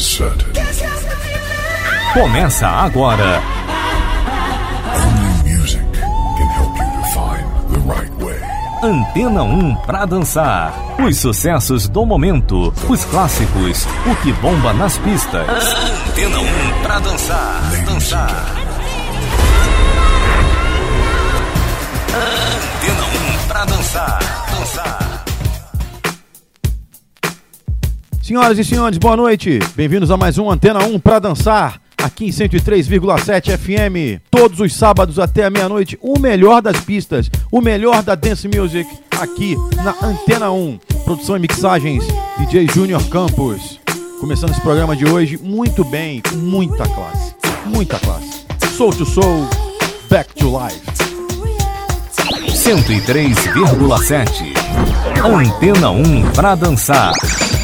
is certain. Começa agora. Only music can help you to find the right way. Antena 1 pra dançar. Os sucessos do momento, os clássicos, o que bomba nas pistas. Antena 1 pra dançar. Dançar. Antena 1 pra dançar. Dançar. Senhoras e senhores, boa noite. Bem-vindos a mais um Antena 1 pra dançar. Aqui em 103,7 FM, todos os sábados até a meia-noite, o melhor das pistas, o melhor da Dance Music, aqui na Antena 1. Produção e mixagens, DJ Júnior Campos. Começando esse programa de hoje, muito bem, com muita classe, muita classe. Soul to Soul, Back to Life. 103,7 Antena 1 pra dançar.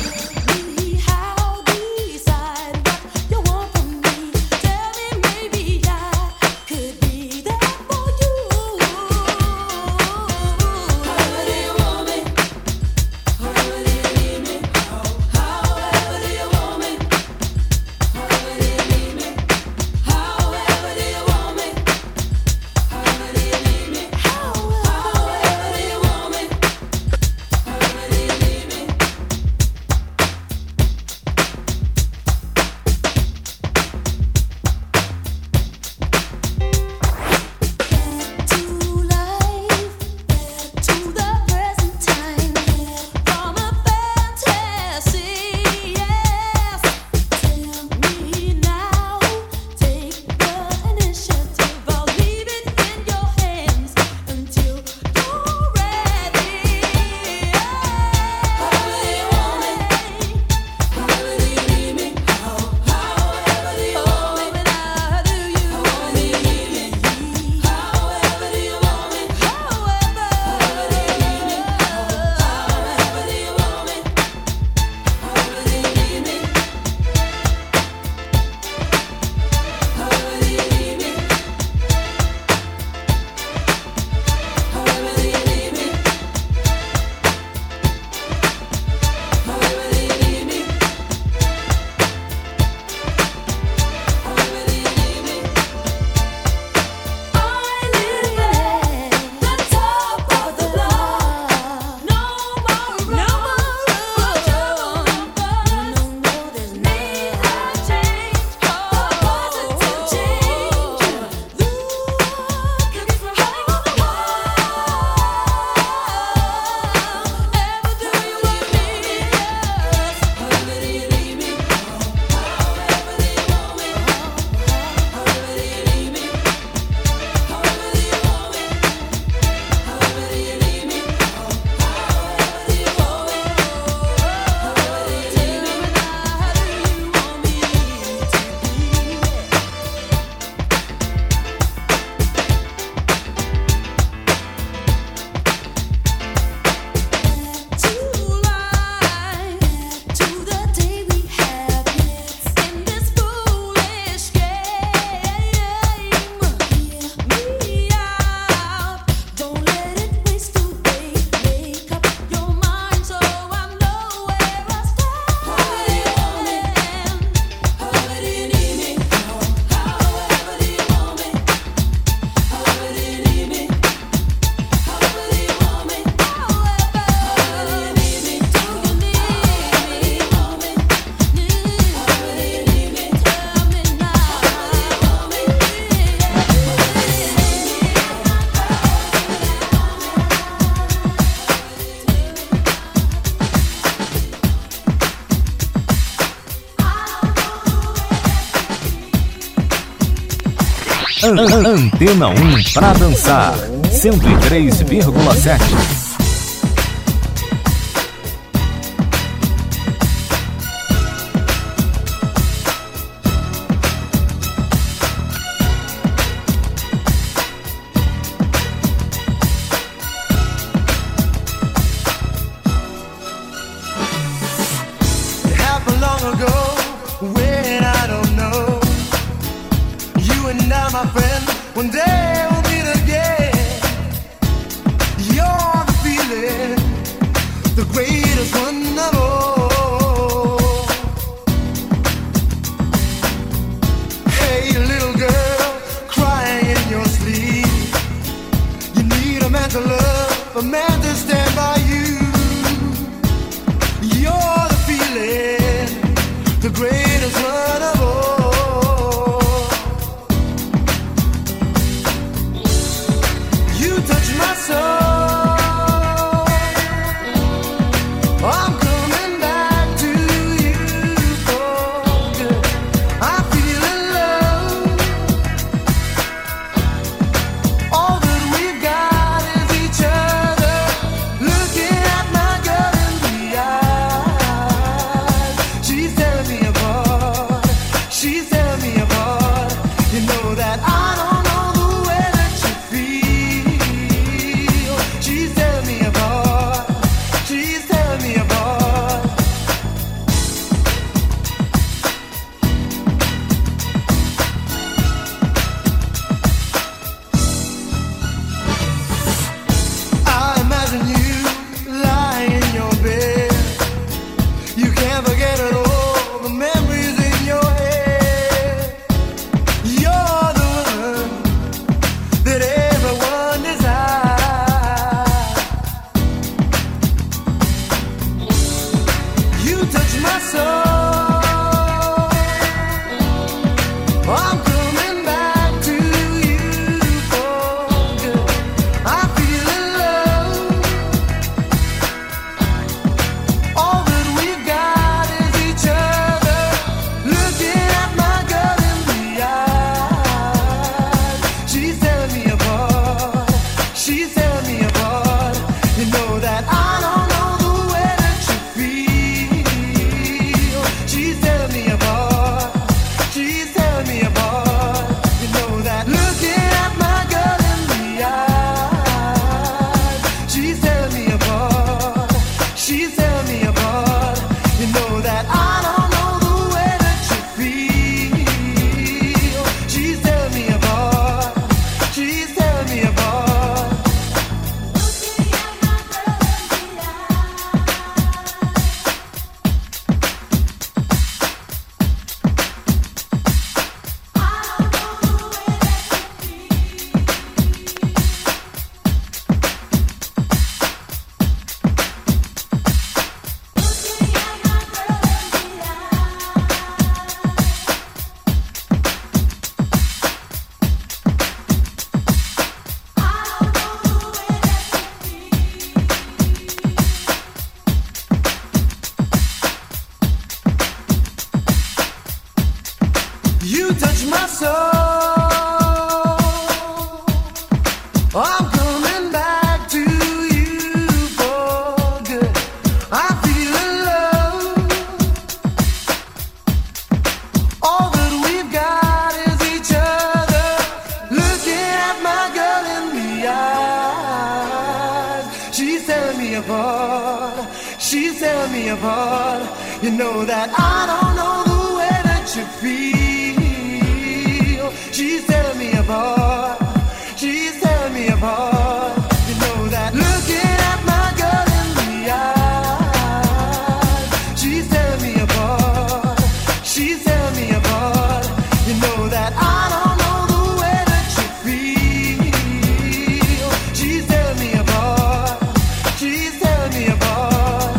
Antena 1 pra dançar. 103,7. One day we'll meet again. You're the feeling, the greatest one of all. like a love, a man to stand by you. You're the feeling, the greatest one of all. You touch my soul. I'm coming back to you for good. I feel in love. All that we've got is each other. Looking at my girl in the eyes. She's tearing me apart. She's tearing me apart. You know that I don't know the way that you feel. She's tearing me apart. She's tearing me apart. I imagine you lying in your bed. You can't forget it all, the memories in your head. You're the one that everyone desires. You touch my soul. I'm coming back to you for good. I feel in love. All that we've got is each other. Looking at my girl in the eyes. She's tearing me apart. She's tearing me apart. You know that I don't know the way that you feel. She's tearing me apart. She's tearing me apart. You know that looking at my girl in the eyes. She's tearing me apart. She's tearing me apart. You know that I don't know the way that you feel. She's tearing me apart. She's tearing me apart. You touch my soul. I'm coming back to you for good. I feel in love. All that we've got is each other. Looking at my girl in the eyes. She's tearing me apart. She's tearing me apart. You know that I don't know the way that you feel. She's tearing me apart. She's tearing me apart. You know that looking at my girl in the eyes. She's tearing me apart. She's tearing me apart. You know that I don't know the way that you feel. She's tearing me apart. She's tearing me apart.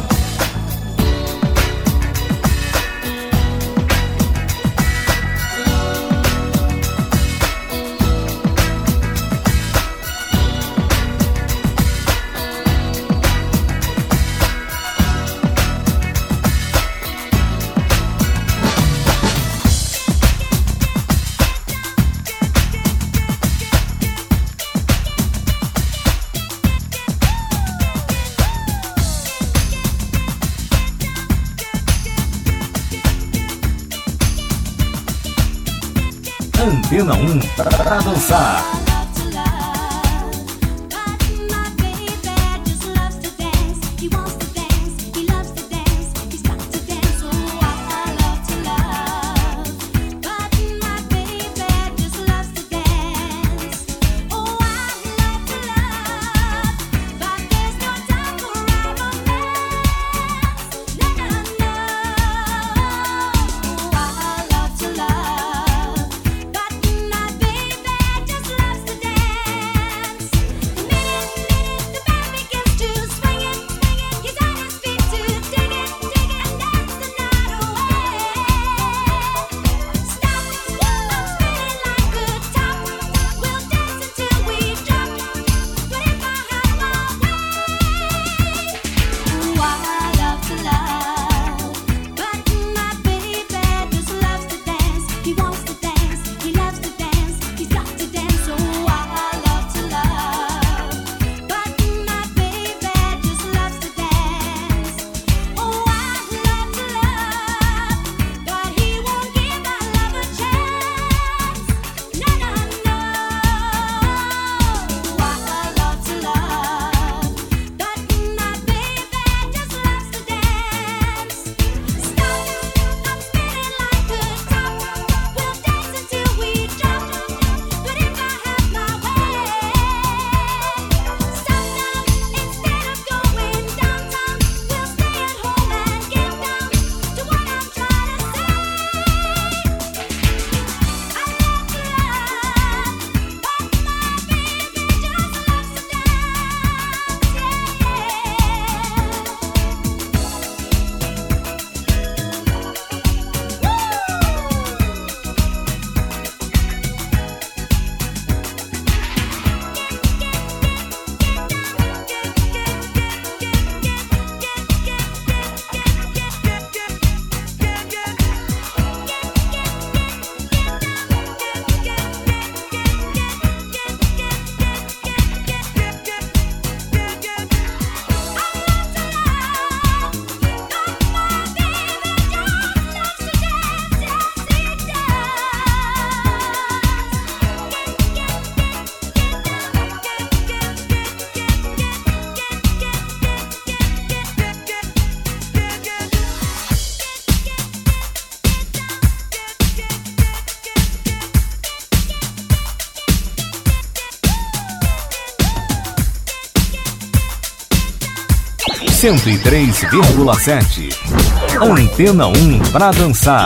Antena 1 pra dançar. Just loves 103,7. Antena 1 pra dançar.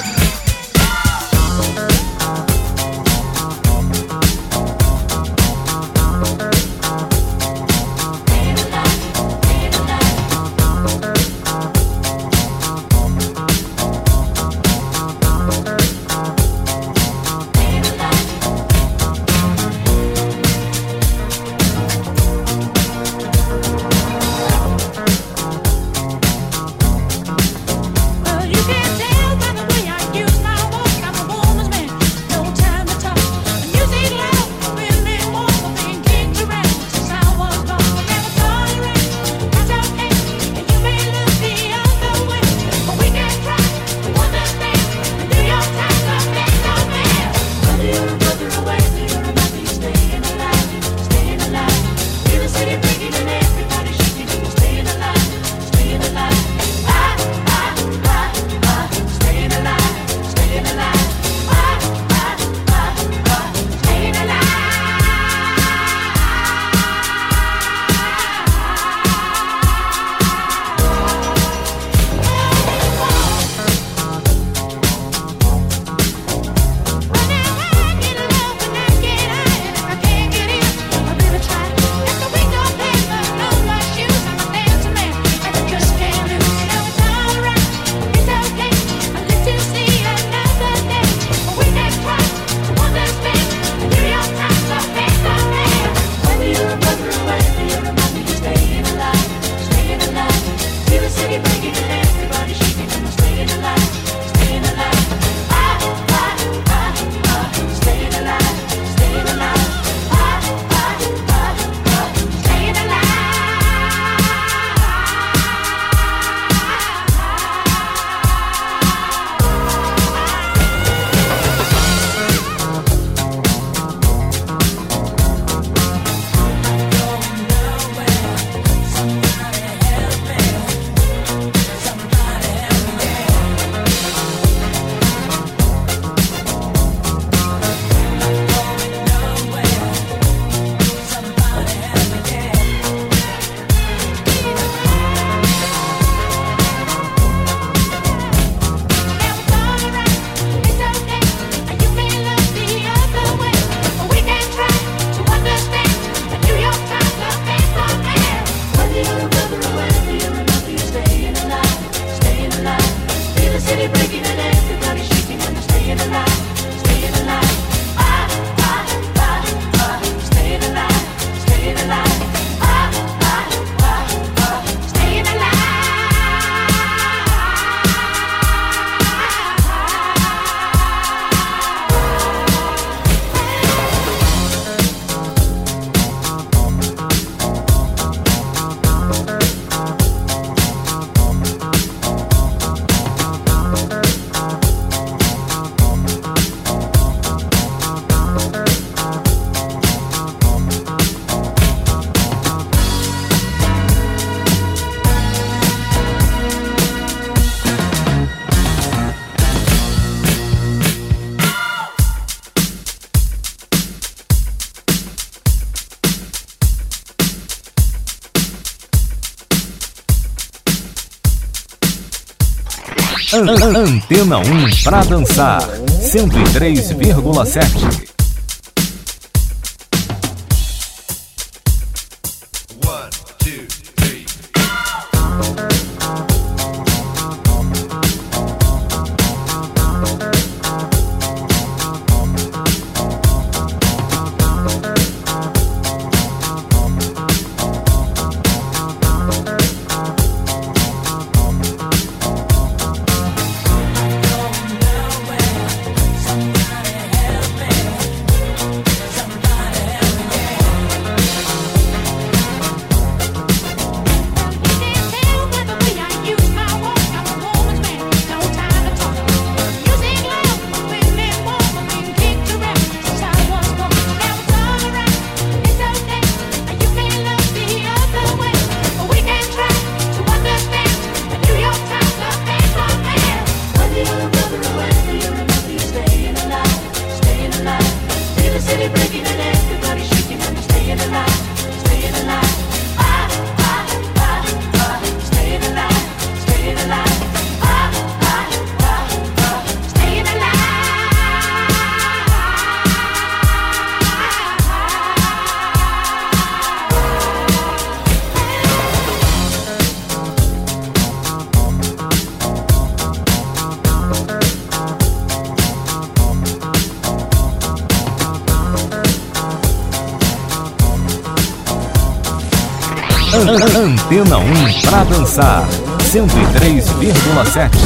Antena 1 pra dançar 103,7. Antena 1 pra dançar 103,7.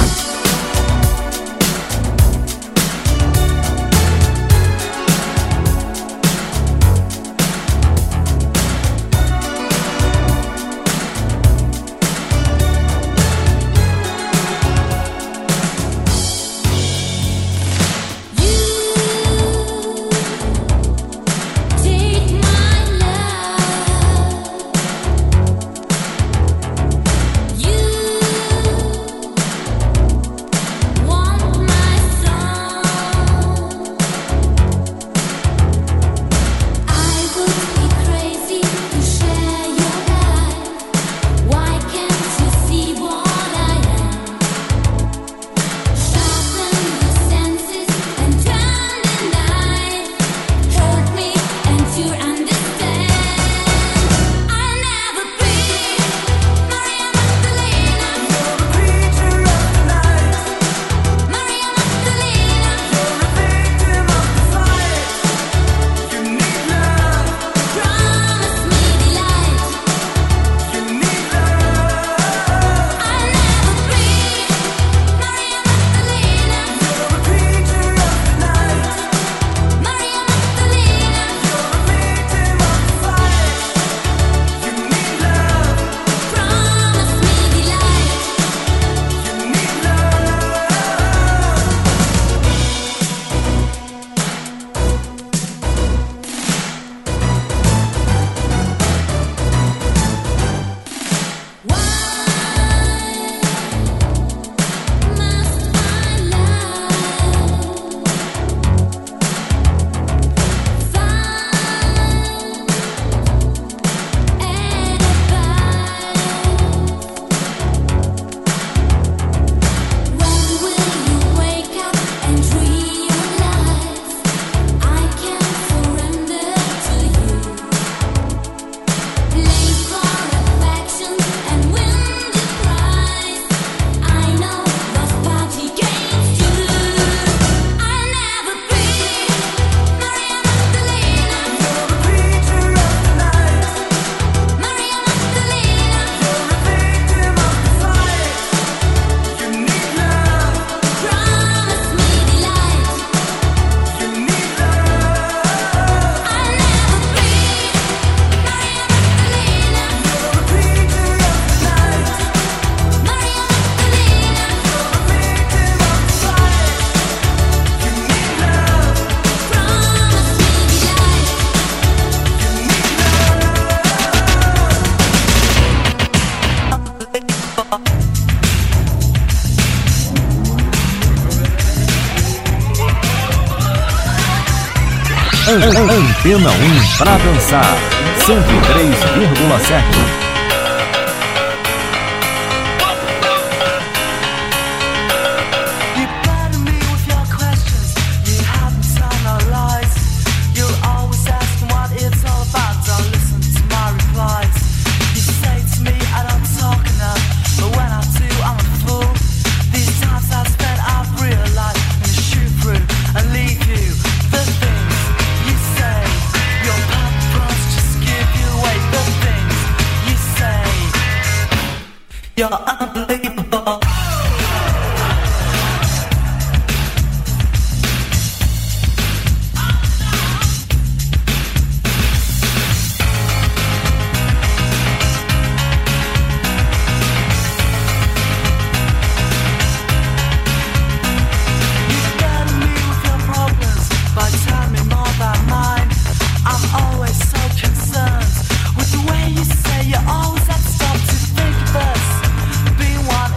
Antena 1 pra dançar 103,7. You're unbelievable. Be one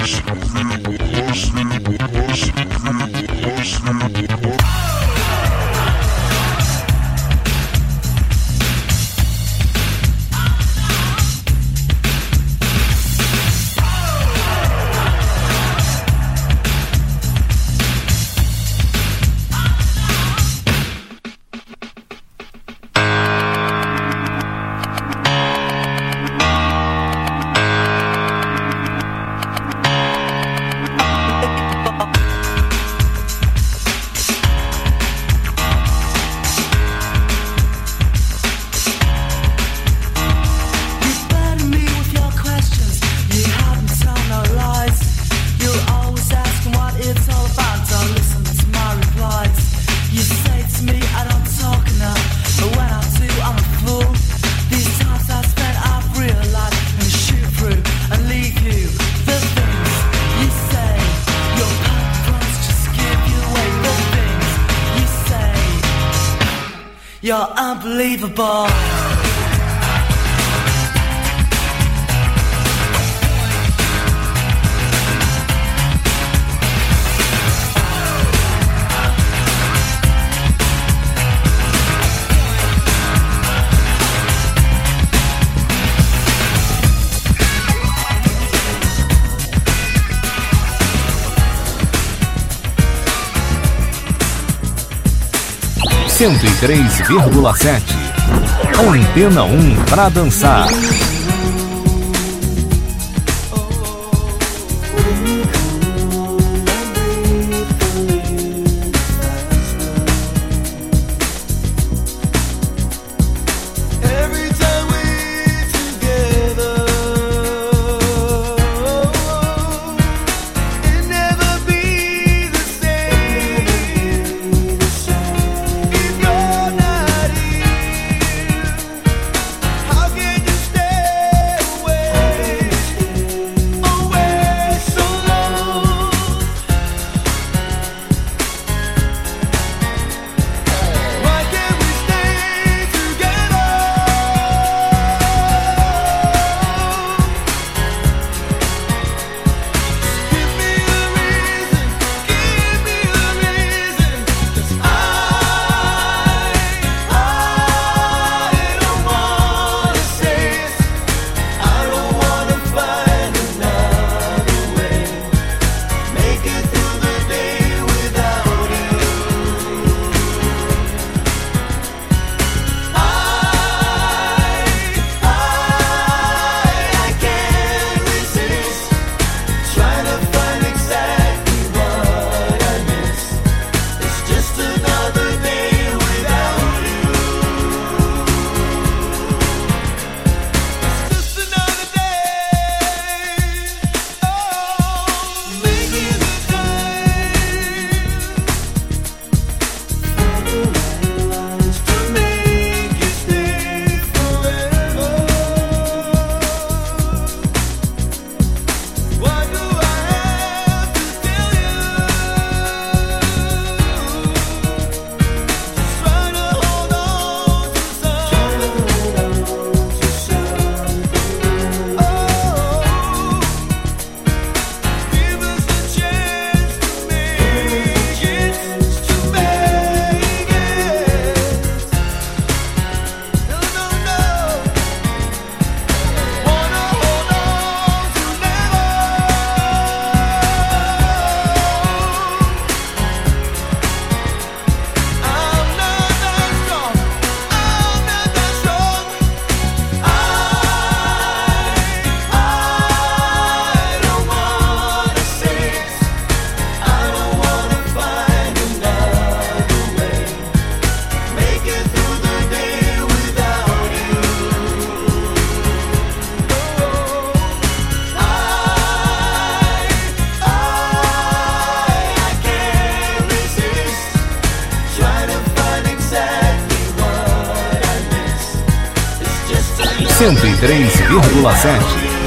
You're unbelievable. Cento e 103,7. Antena 1 pra dançar. Cento e 103,7.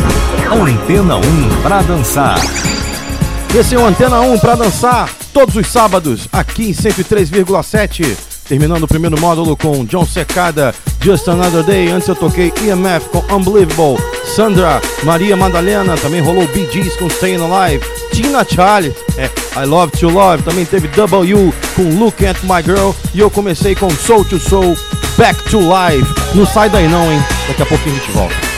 Antena 1 pra dançar. Esse é o Antena 1 pra dançar todos os sábados aqui em 103,7. Terminando o primeiro módulo com John Secada, Just Another Day. Antes eu toquei EMF com Unbelievable, Sandra Maria Madalena, também rolou Bee Gees com Staying Alive. Tina Charles, I Love to Love, também teve W com Look at My Girl. E eu comecei com Soul to Soul, Back to Life. Não sai daí não, hein? Daqui a pouquinho a gente volta.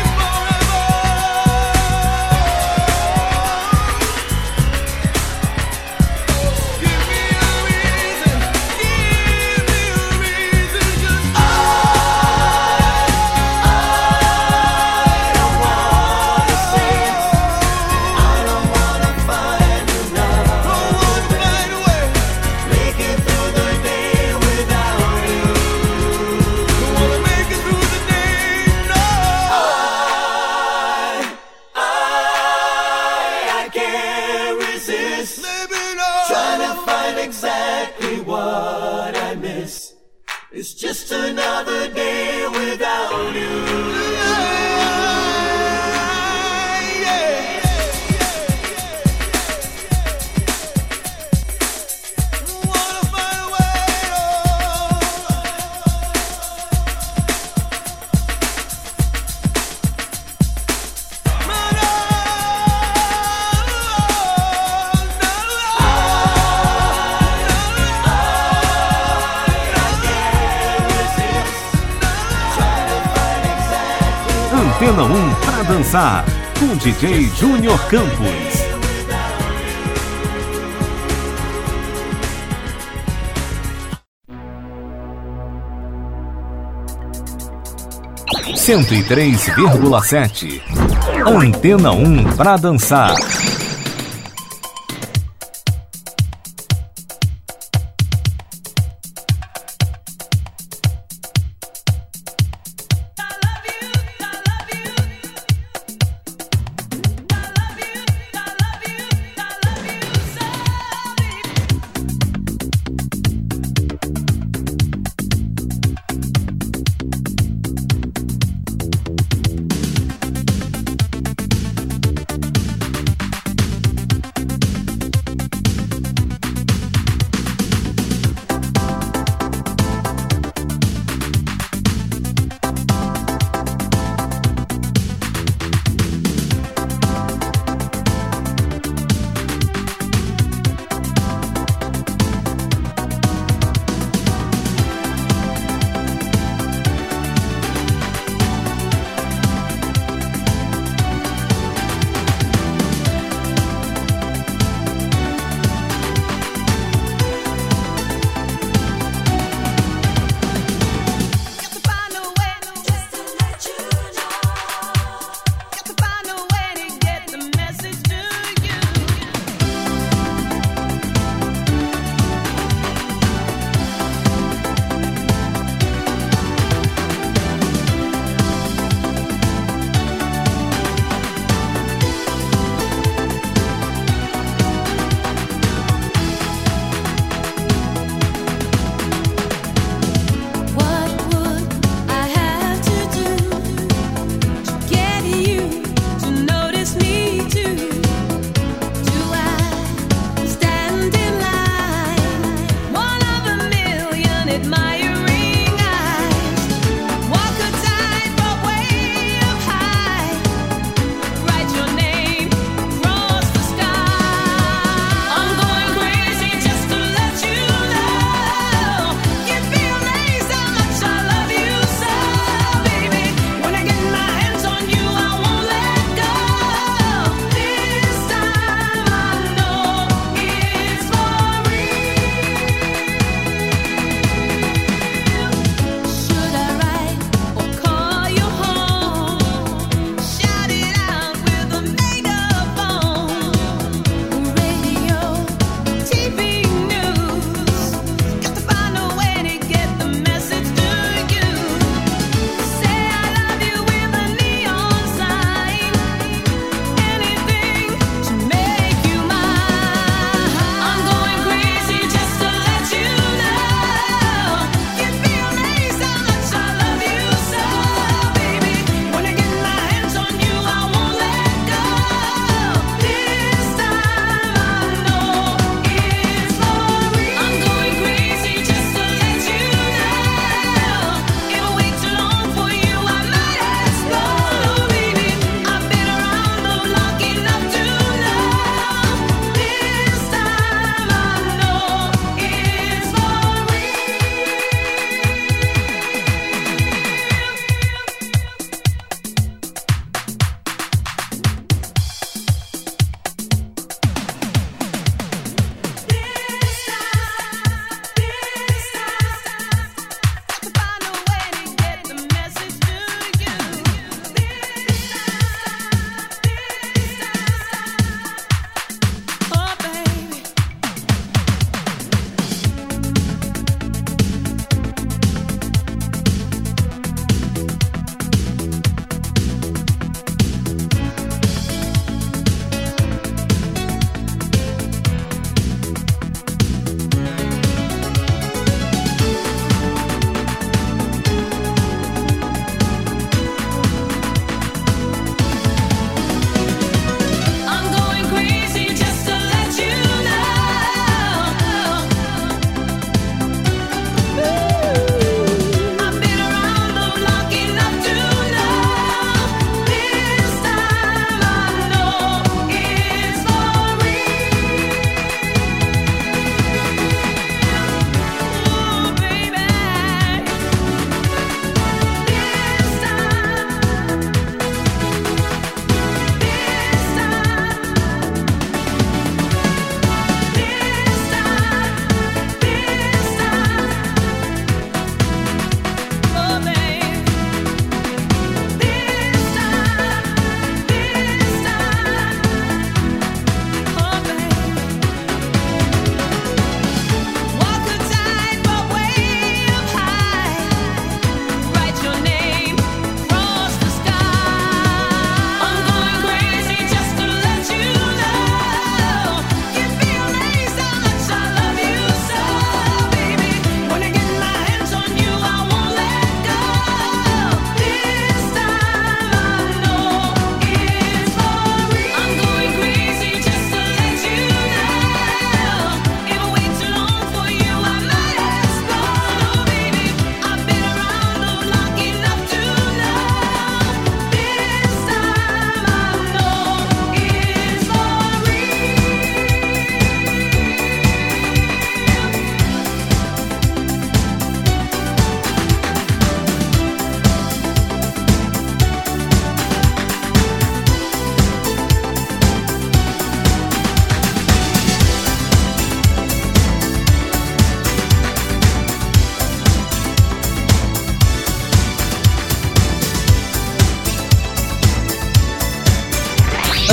It's just another day without you. Antena 1 pra dançar, com DJ Júnior Campos. 103,7. Antena 1 pra dançar.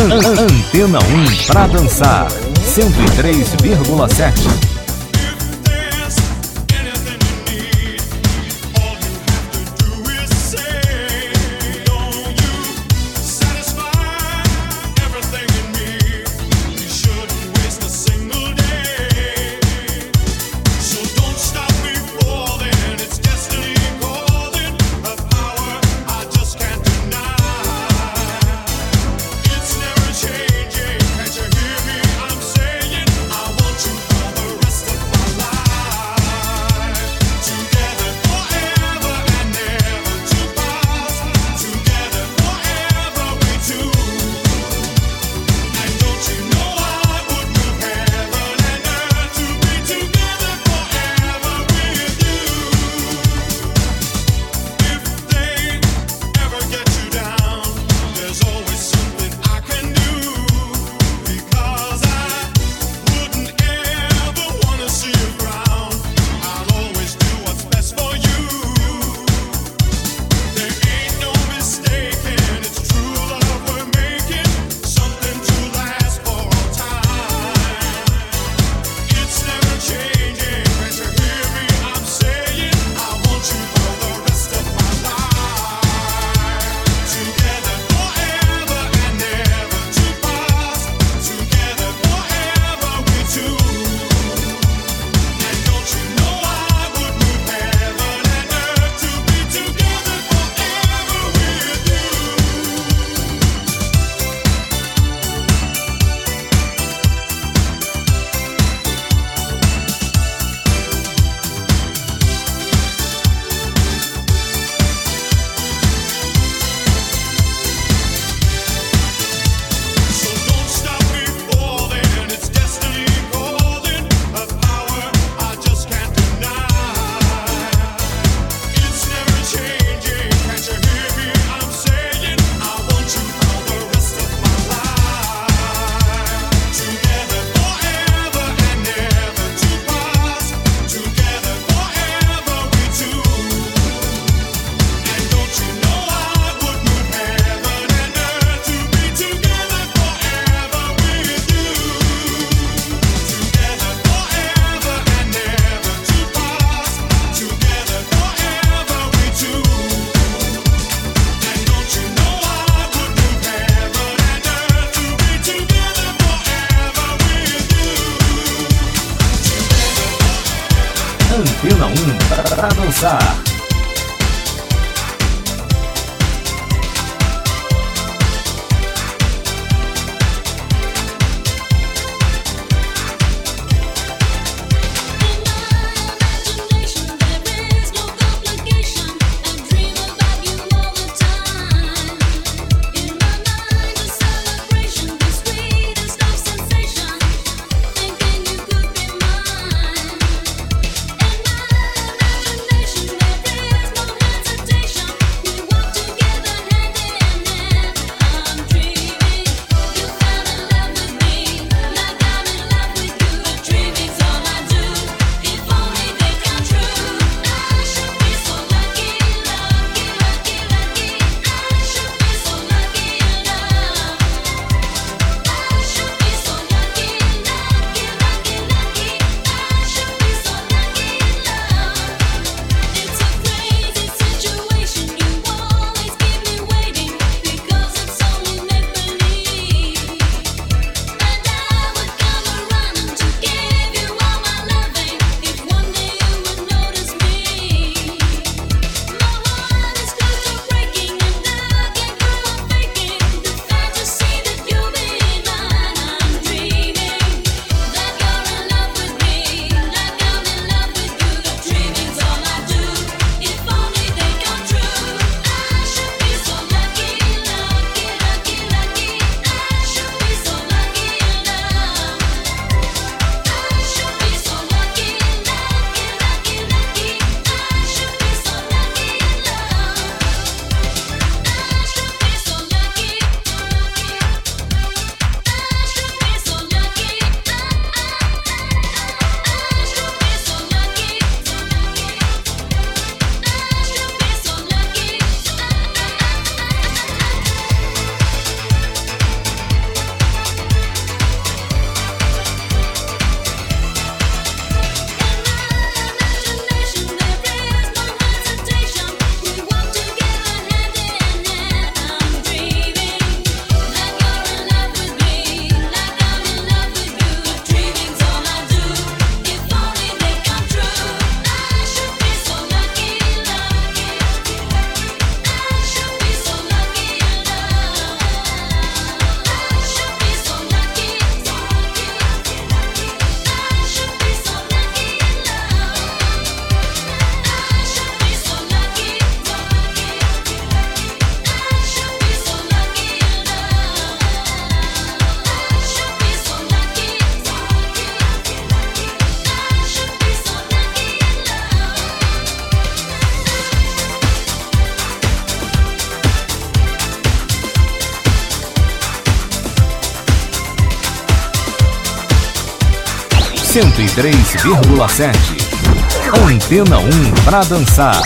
Antena 1 pra dançar 103,7. Antena 1 pra dançar. Imagination, 103,7. Antena 1 pra dançar.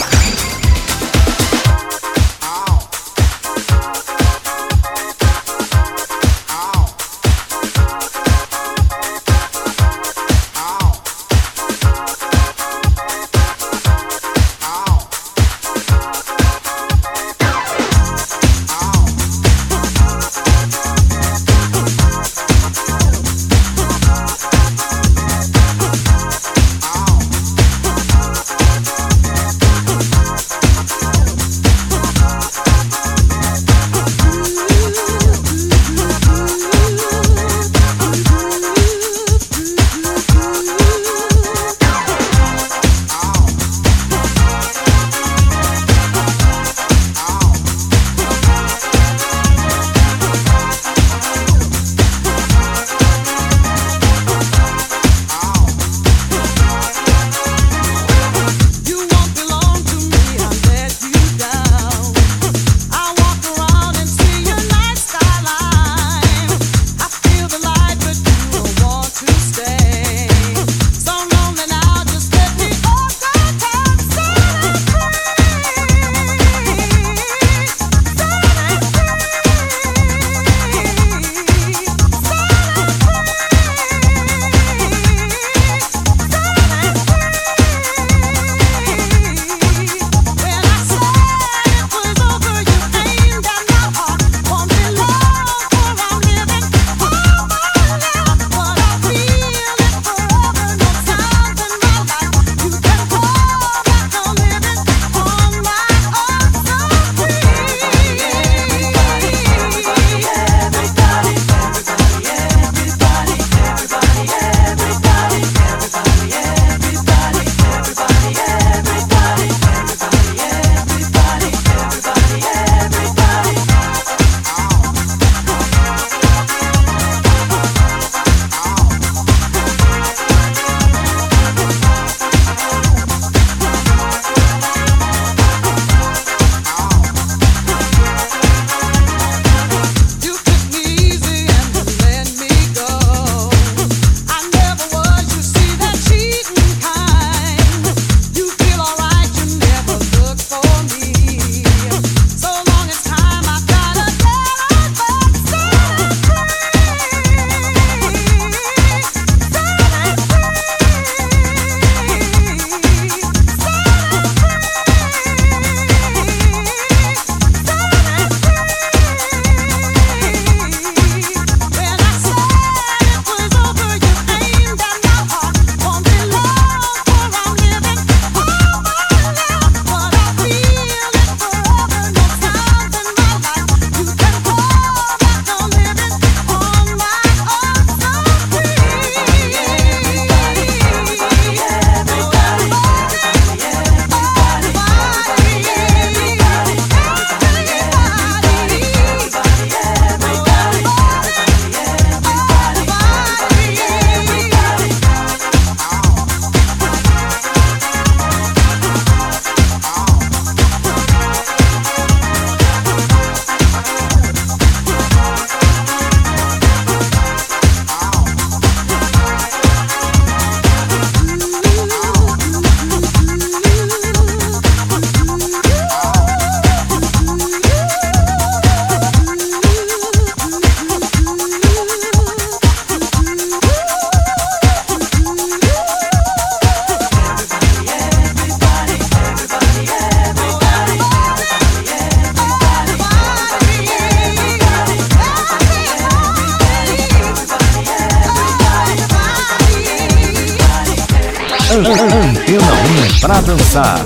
Antena 1 pra dançar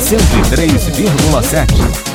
103,7.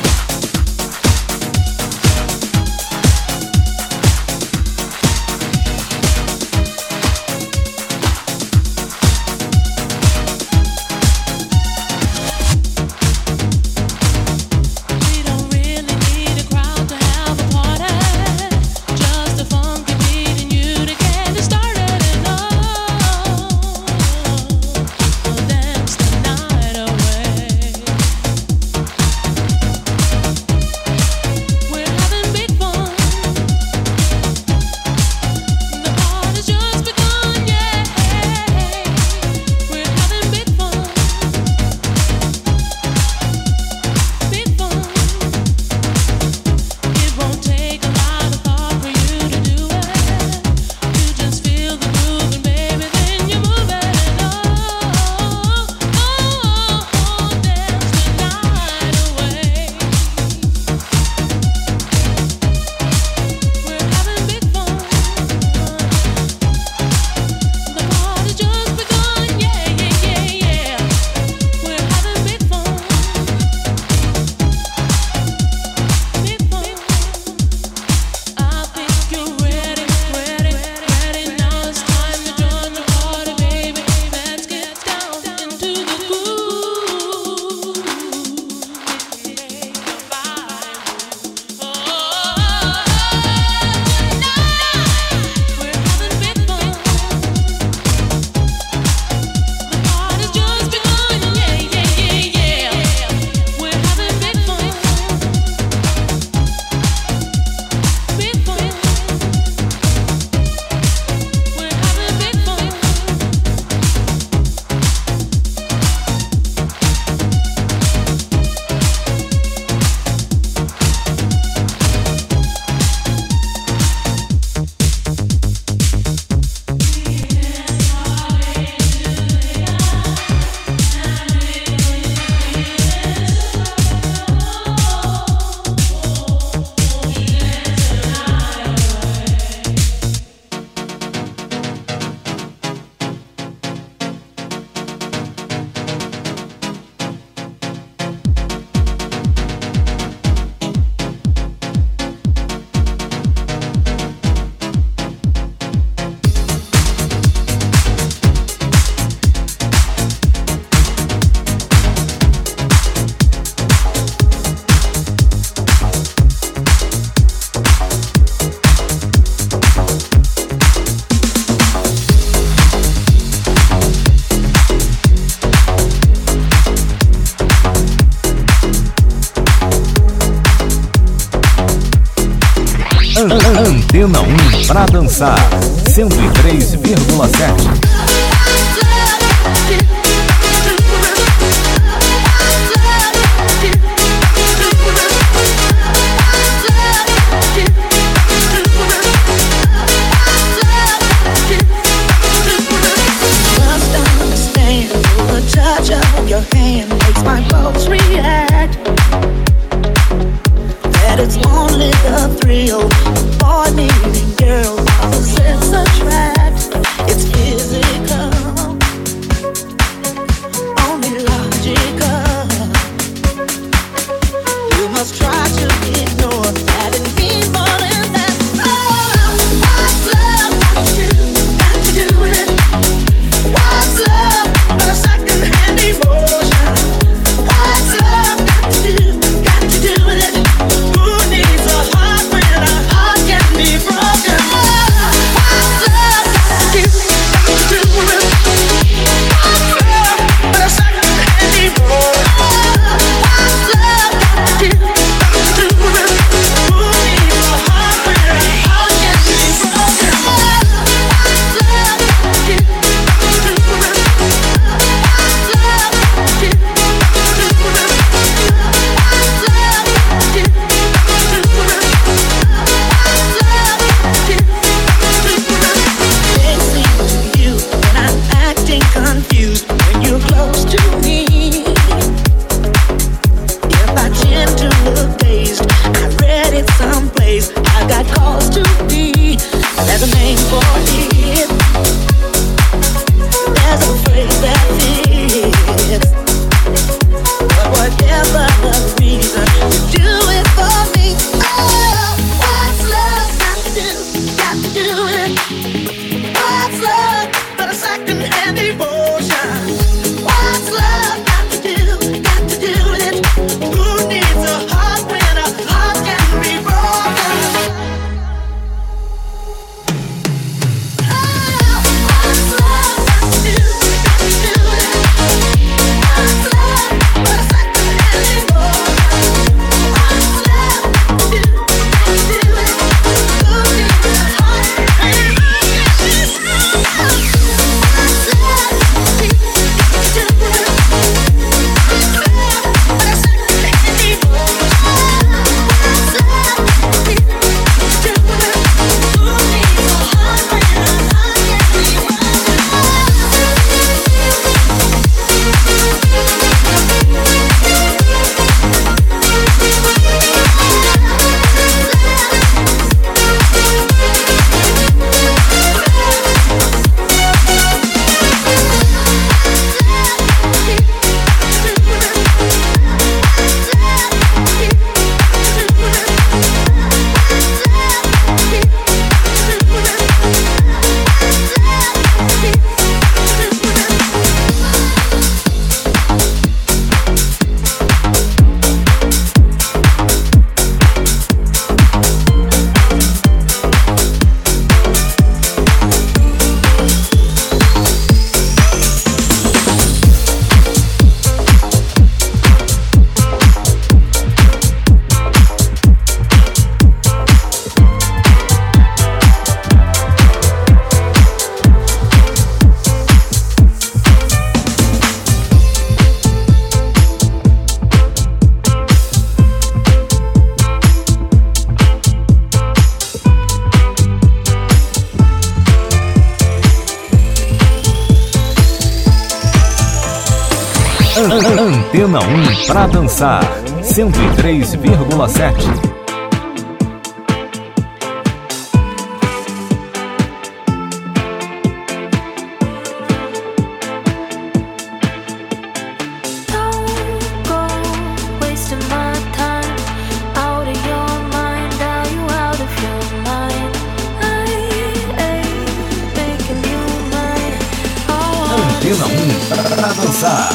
Antena 1 pra dançar 103,7. Touch of your hand makes my pulse react. That it's only the thrill of boy meeting girl, opposites attract. It's physical, only logical. You must try to ignore that it means more than that. Oh, what's love got to do? Got to do with it. What's love but a second-hand emotion? What's love got to do with it? Who needs a heart when a heart can be broken? What's love got to do with it? What's love but a second-hand emotion? What's love got to do with it? Who needs a heart when a heart can be broken? What's love got to do with it? Confused when you're close to me. If I tend to look dazed, I read it someplace. I got cause to be. There's a name for it. There's a phrase that fits. But whatever the reason, you do it for me. Oh, what's love got to do? Got to do it. What's love but a second-hand emotion? What's love got to do with it? Who needs a heart when a heart can be broken? Oh, what's love got to do with it? What's love but a second-hand emotion? What's love got to do with it? Who needs a heart when a heart can be broken? Antena 1 pra dançar 103,7. Antena 1 pra dançar.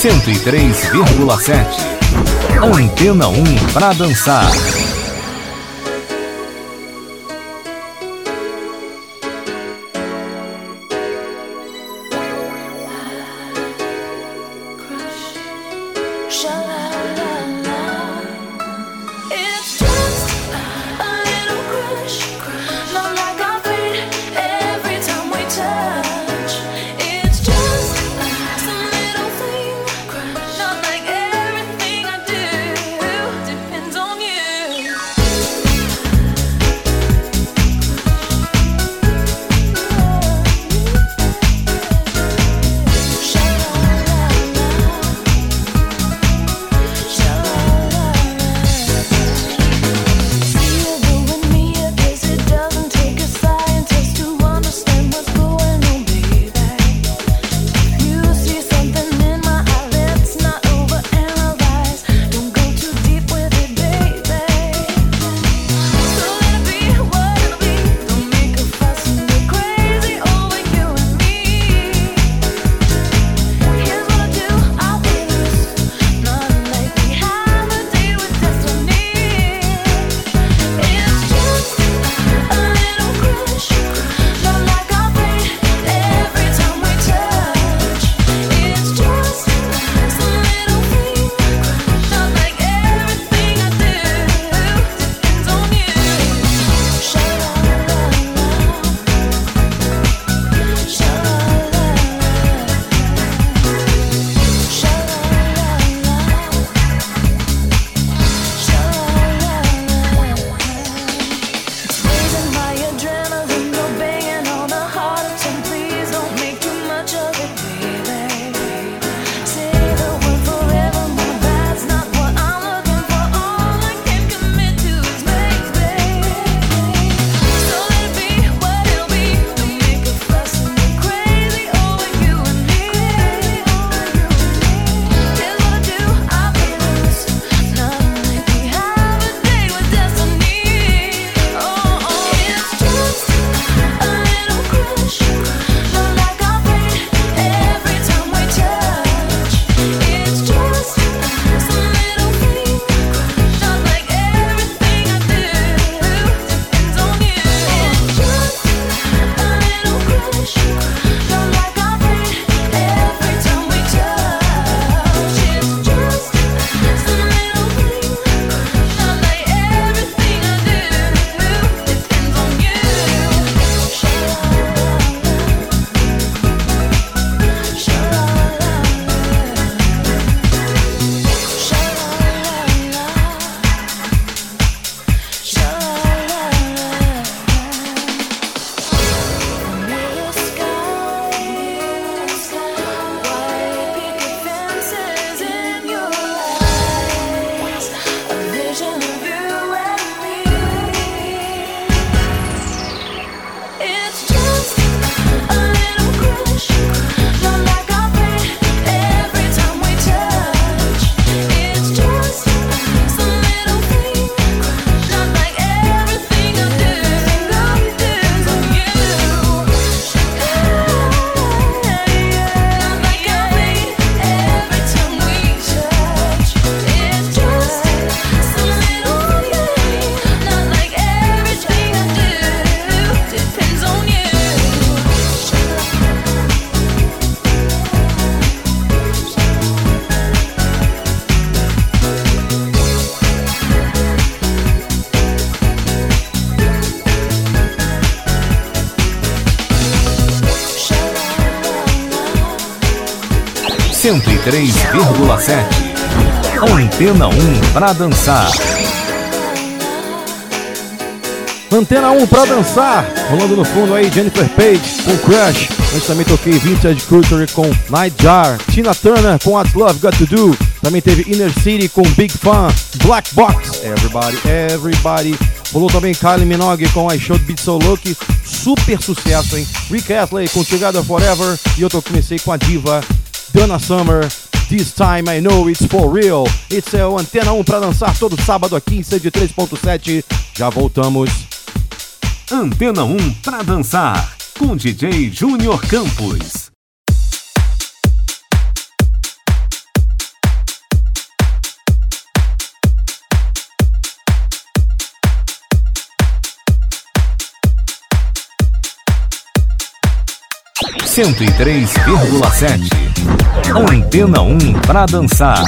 103,7. Antena 1 pra dançar. cento e 103,7. Antena 1 pra dançar. Antena 1 pra dançar. Rolando no fundo aí Jennifer Page com Crush. Antes também toquei Vintage Culture com Nightjar. Tina Turner com What's Love Got To Do. Também teve Inner City com Big Fun. Black Box, Everybody. Rolou também Kylie Minogue com I Should Be So Lucky. Super sucesso, hein? Rick Astley com Together Forever. E eu comecei com a diva Donna Summer. This Time I Know It's For Real. Esse é o Antena 1 pra dançar todo sábado aqui em 103.7. Já voltamos. Antena 1 pra dançar com DJ Júnior Campos. 103,7. Antena 1 pra dançar.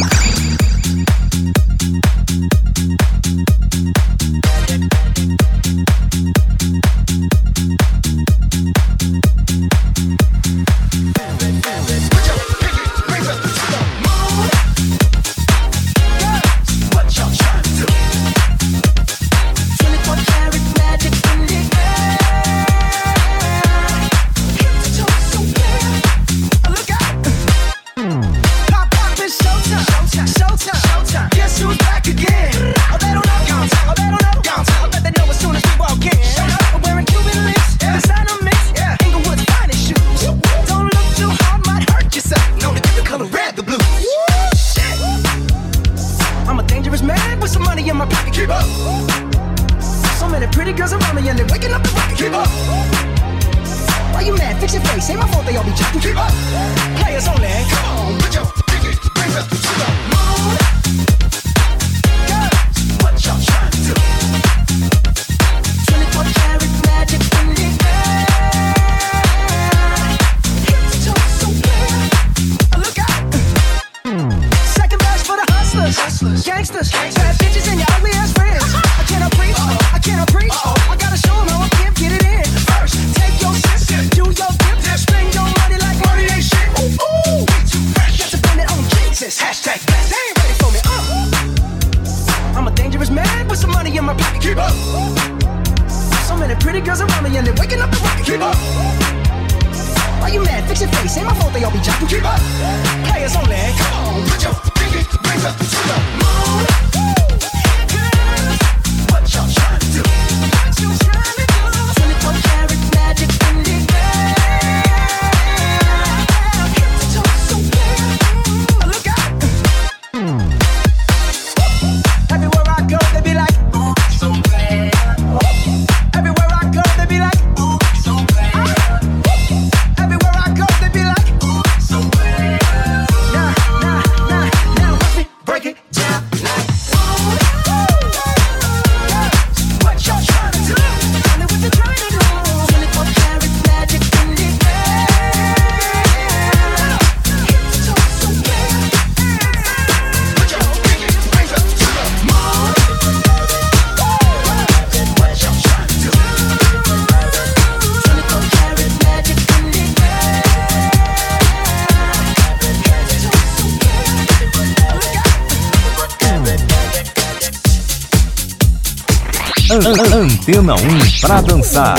Antena 1 pra dançar.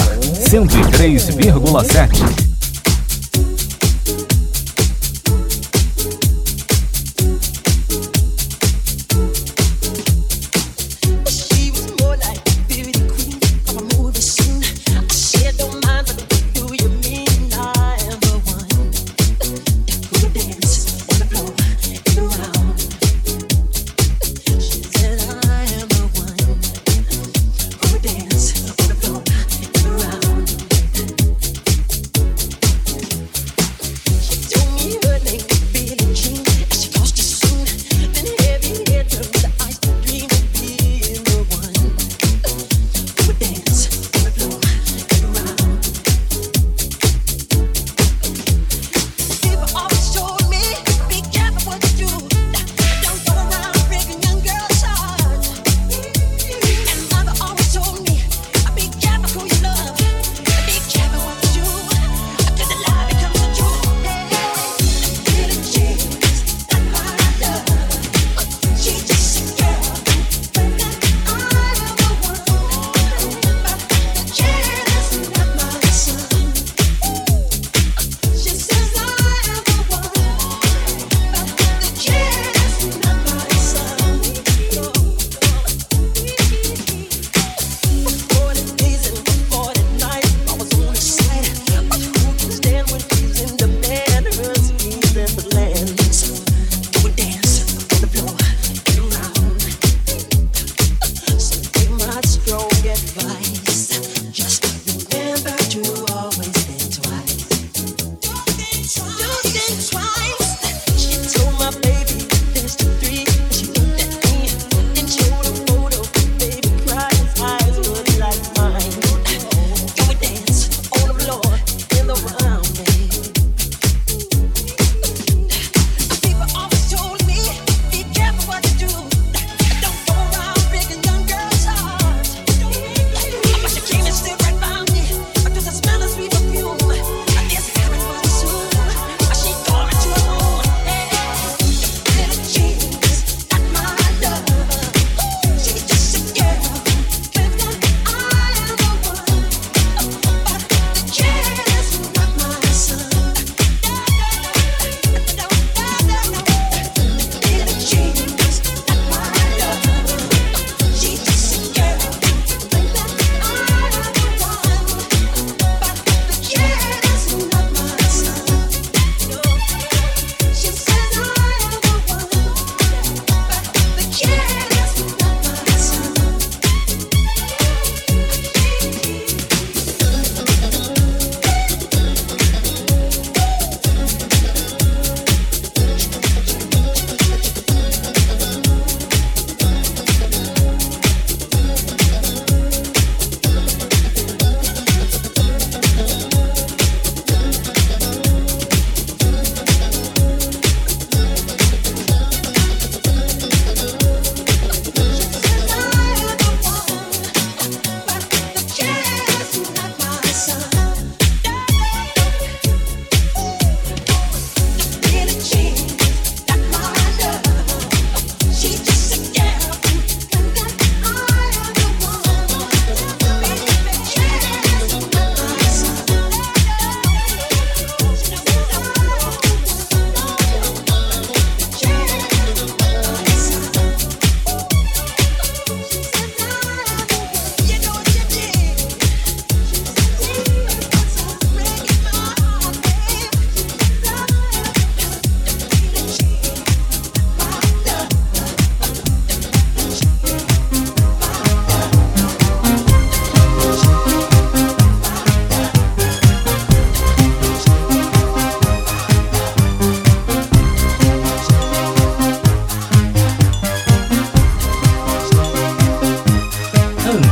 103,7.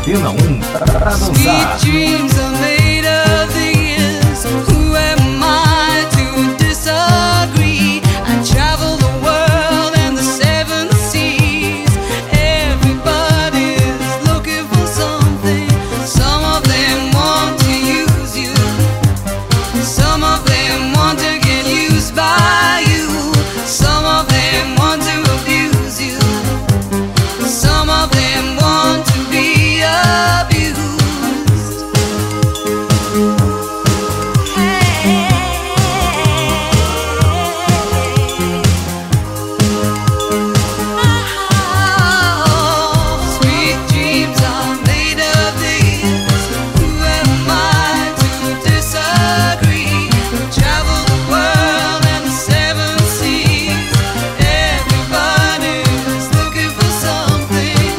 Antena 1 pra dançar. Sweet dreams are made of these. Who am I to disagree? I travel the world and the seven seas. Everybody's looking for something. Some of them want to use you. Some of them want to get used by you. Some of them want to abuse you. Some of them want to be abused. Sweet dreams are made of these. Who am I to disagree? Travel the world and the seven seas. Everybody's looking for something.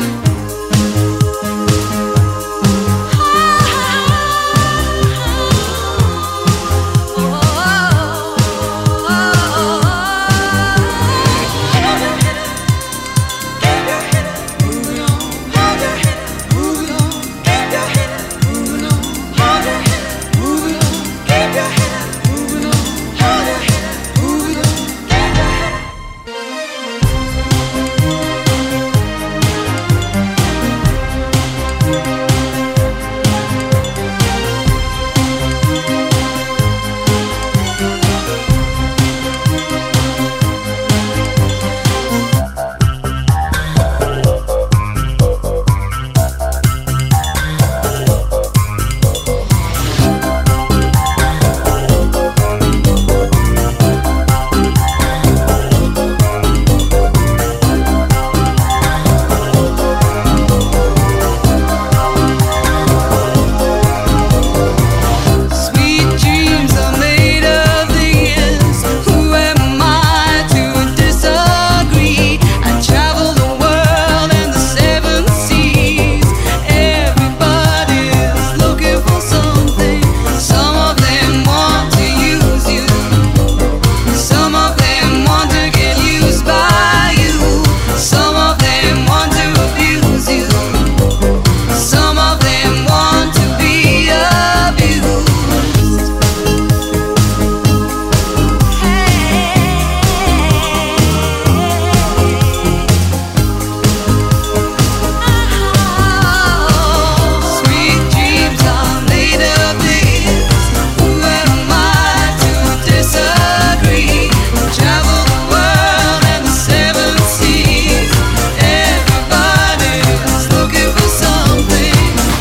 Sweet dreams are made of these. Who am I to disagree? I travel the world and the seven seas. Everybody's looking for something. Some of them want to use you. Some of them want to get used by you. Some of them want to abuse you. Some of them want to be abused. Sweet dreams are made of these. Who am I to disagree? Travel the world and the seven seas. Everybody's looking for something.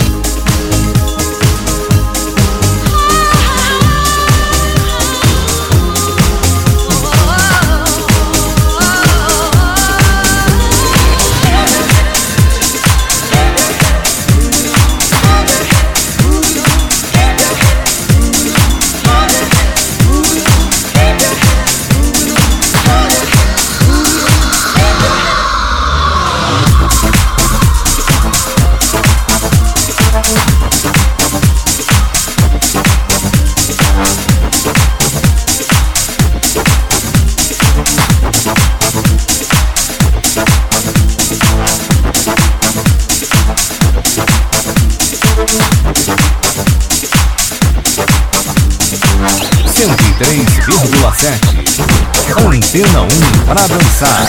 Antena 1 pra dançar.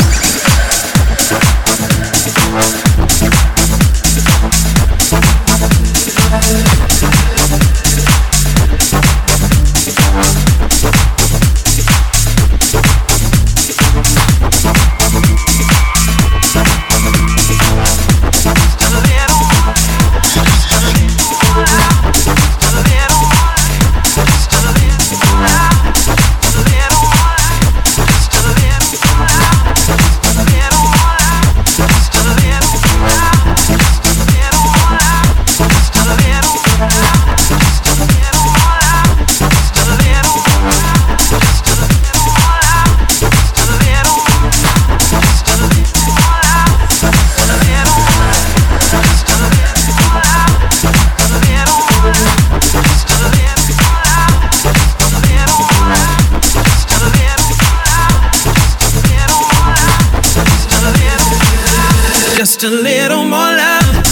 Just a little more love, just a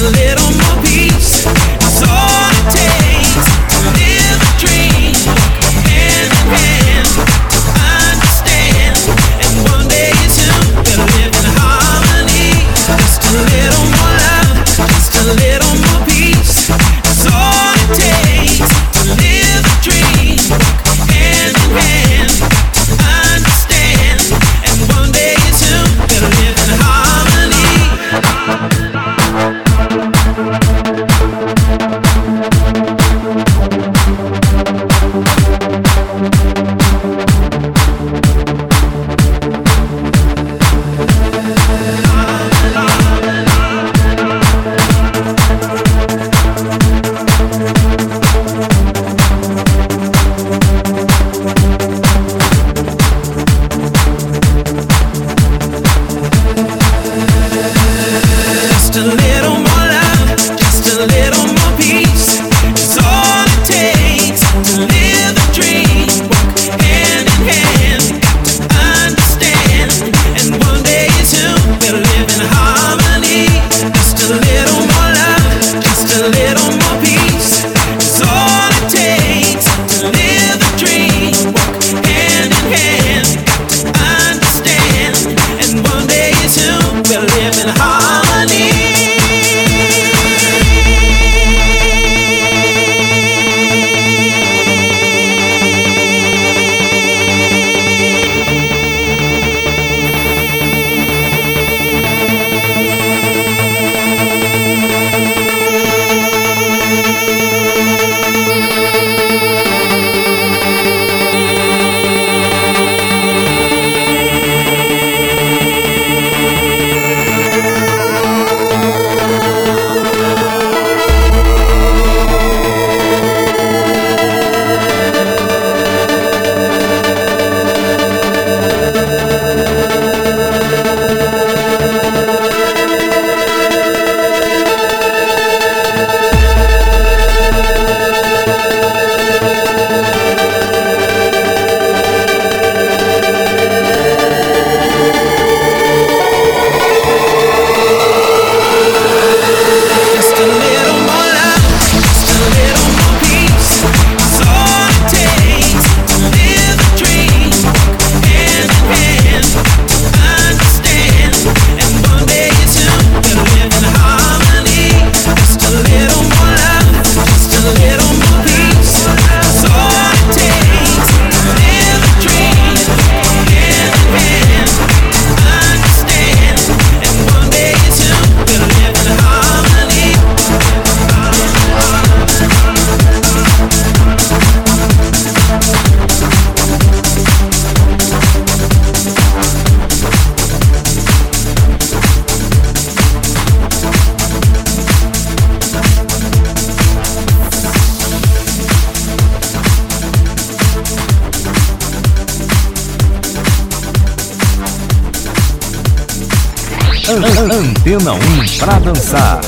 Antena 1 pra dançar,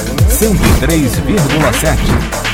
103,7.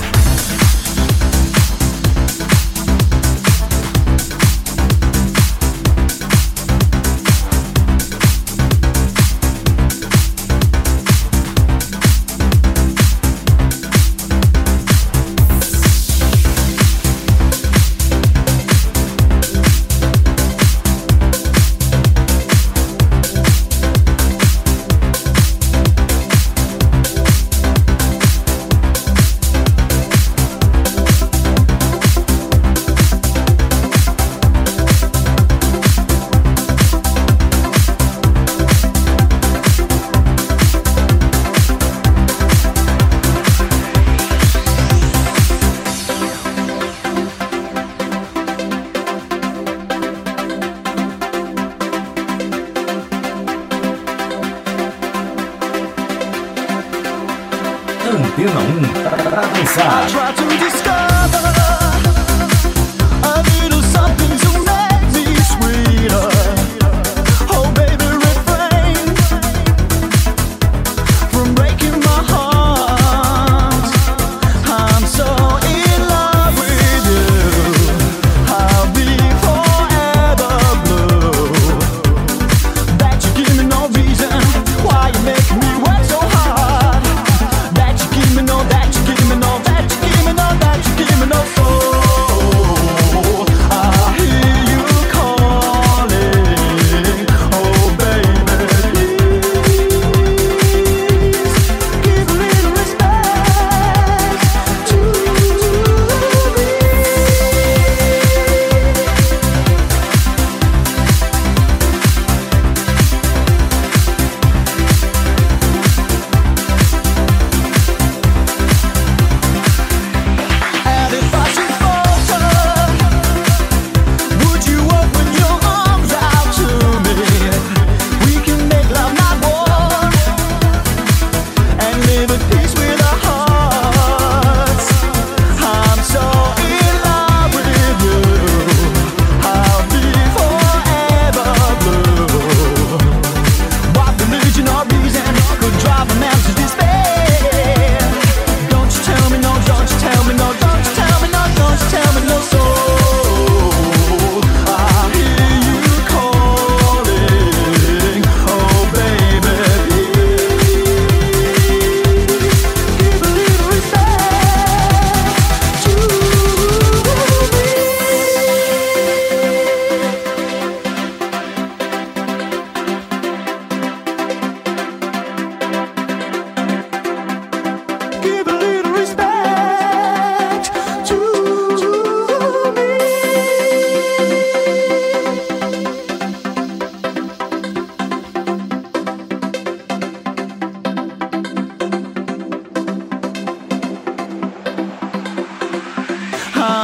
Antena 1 pra dançar. Why you make me work so hard?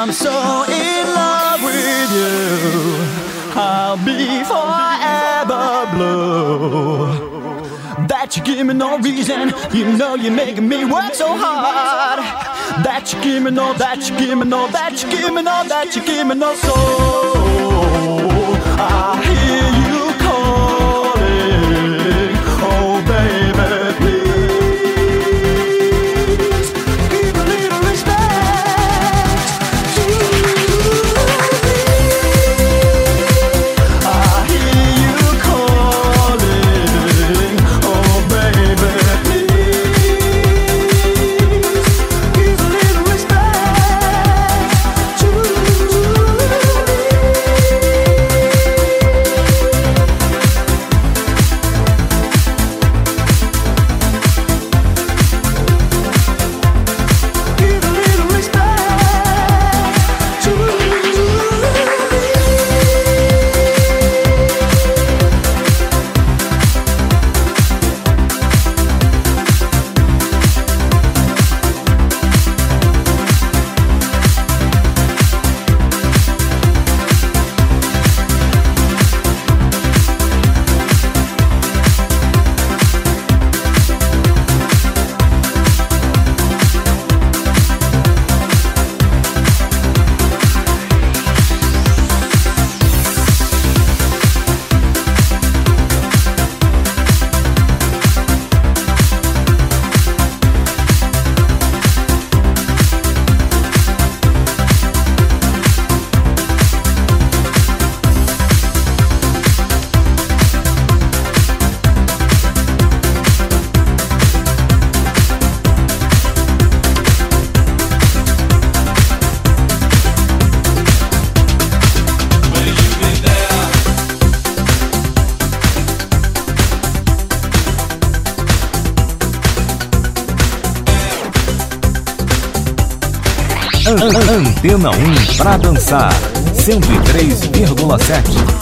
I'm so in love with you. I'll be forever blue. That you give me no reason, you know you're making me work so hard. That you give me no, that you give me no, that you give me no, that you give me no soul. I hear you calling, oh baby, please give a little respect to me. I hear you calling, oh baby, please give a little respect to me. Give a little respect to me. Antena 1 pra dançar 103,7.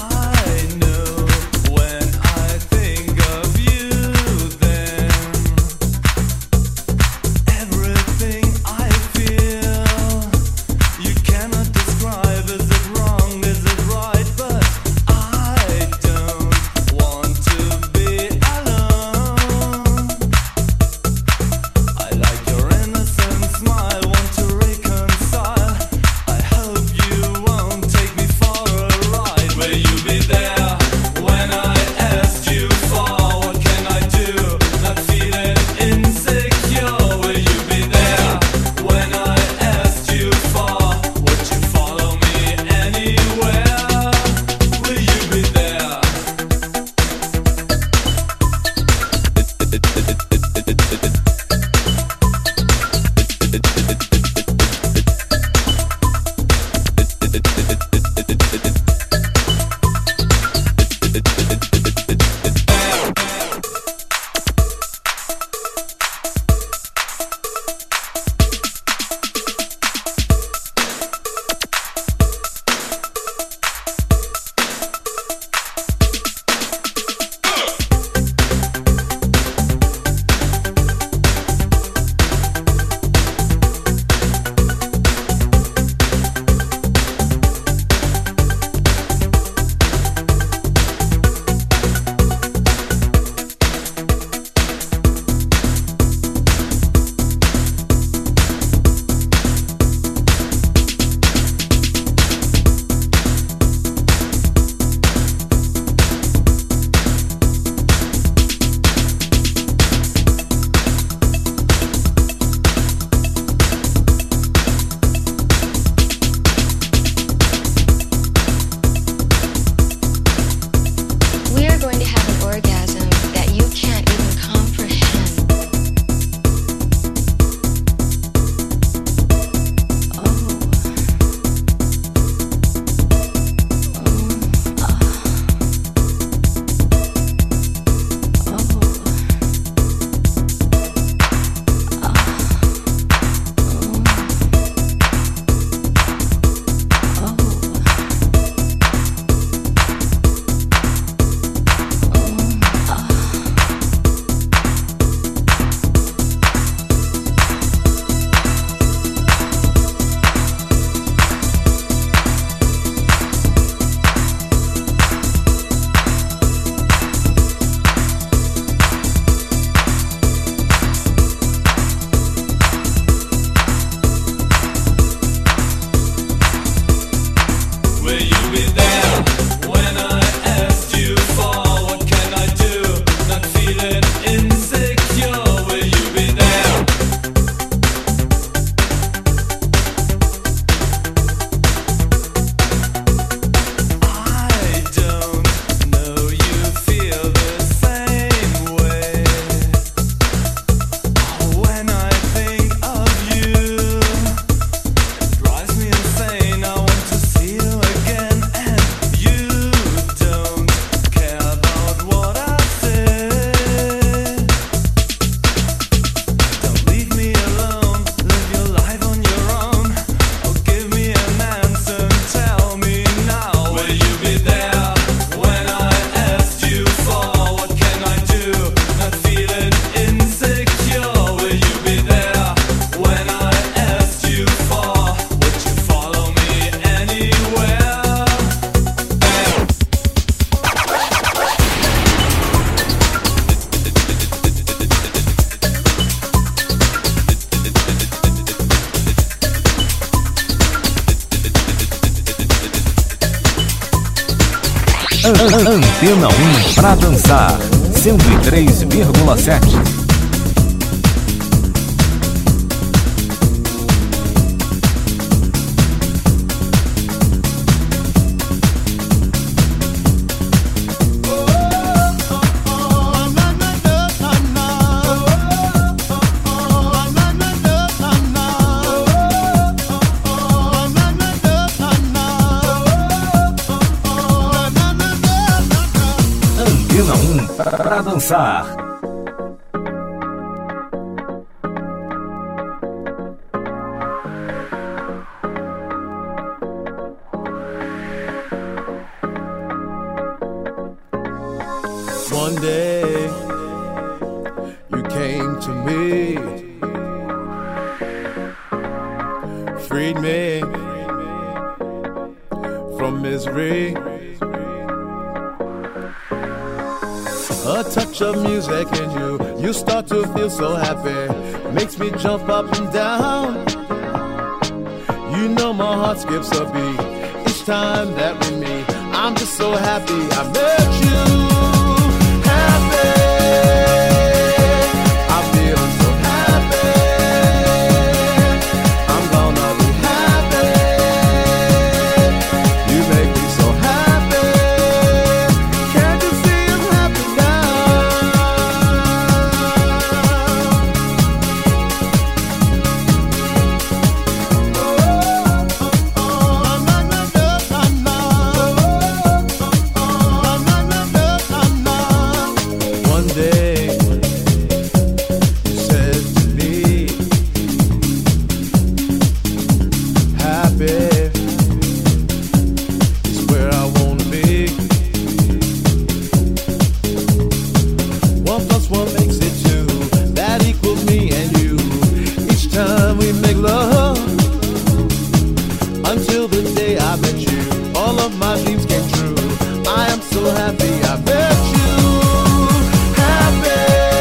Antena 1 pra dançar 103,7. Antena 1 pra dançar. One day you came to me, freed me from misery. A touch of music in you, you start to feel so happy. Makes me jump up and down. You know my heart skips a beat each time that we meet. I'm just so happy I met you. Happy, I'm feeling so happy. I'm gonna be happy. You make me so happy. Can't you see I'm happy now? One day you said to me, happy is where I wanna be. 1 + 1 makes it 2. That equals me and you. Each time we make love, until the day I met you, all of my dreams came true. I am so happy I met you. Happy,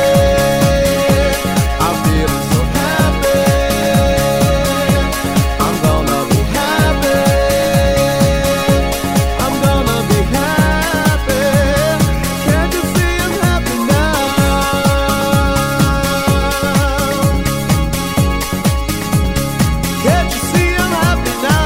I'm feeling so happy. I'm gonna be happy. I'm gonna be happy. Can't you see I'm happy now? Can't you see I'm happy now?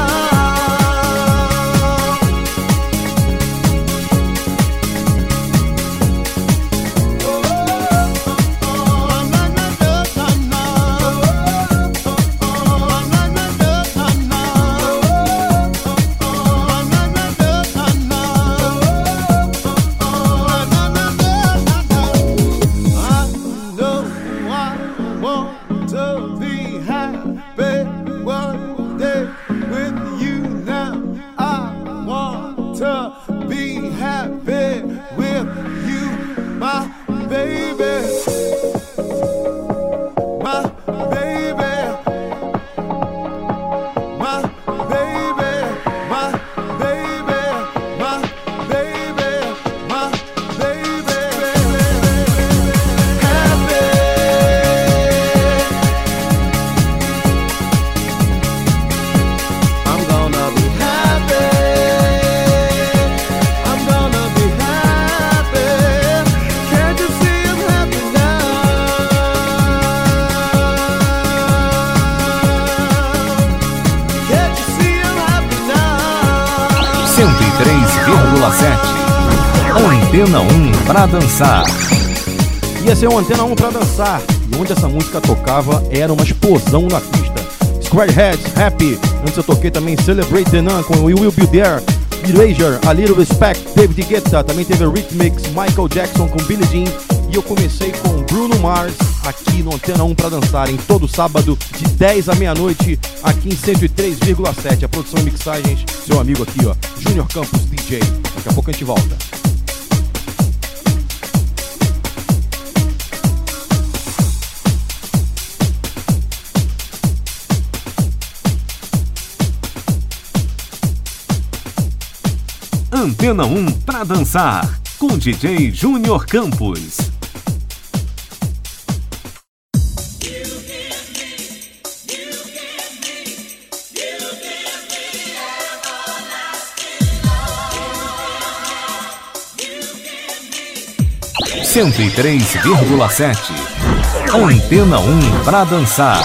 Antena 1 pra dançar. Ia ser um Antena 1 pra dançar. E onde essa música tocava era uma explosão na pista. Squareheads, Happy. Antes eu toquei também Celebrate the Nun com We Will Be There. Erasure, A Little Respect, David Guetta. Também teve Rhythmics, Michael Jackson com Billie Jean. E eu comecei com Bruno Mars aqui no Antena 1 pra dançar em todo sábado de 10 à meia-noite aqui em 103,7. A produção e mixagens, seu amigo aqui, ó, Junior Campos DJ. Daqui a pouco a gente volta. Antena 1 pra dançar com DJ Junior Campos. 103,7. Antena 1 pra dançar.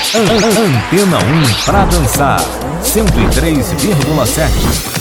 Antena 1 pra dançar. 103,7.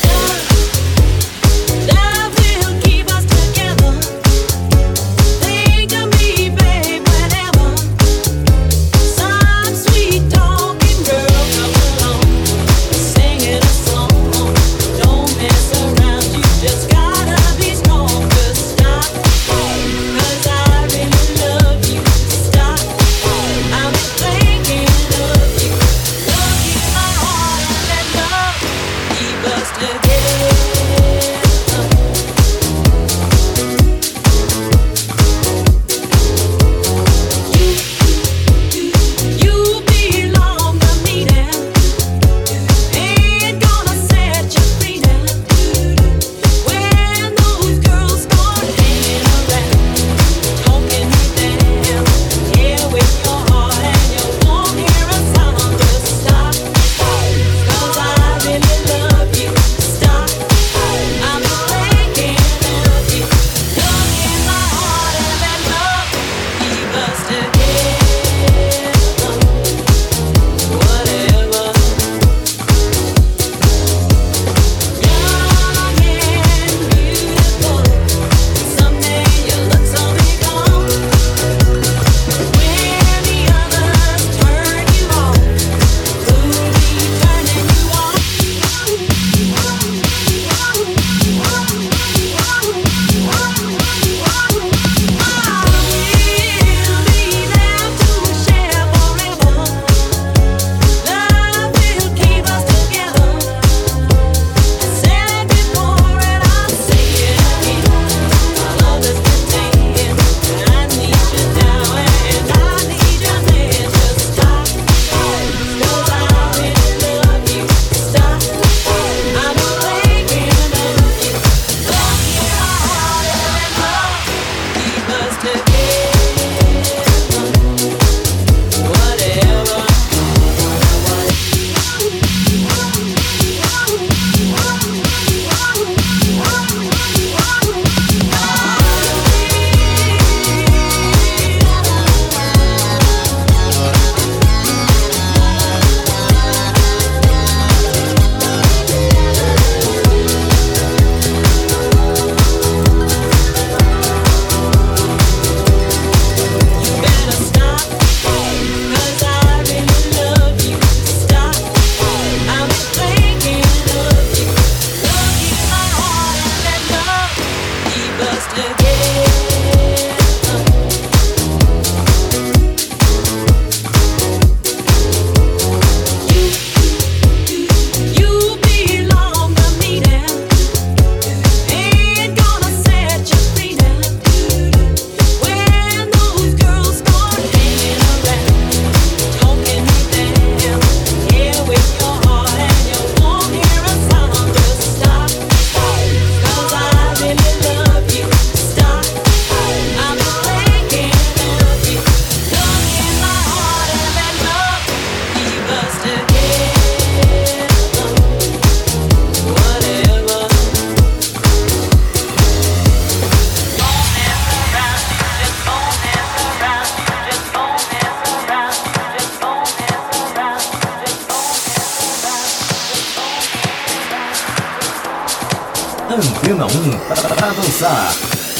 Antena 1 pra dançar.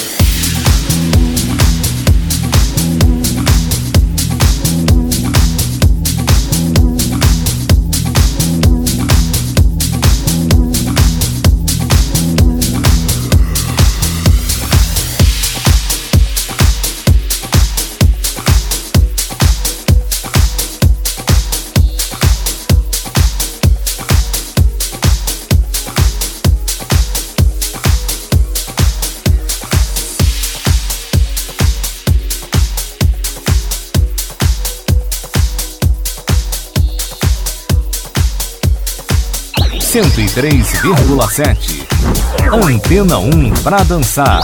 Cento e 103,7. Antena 1 pra dançar.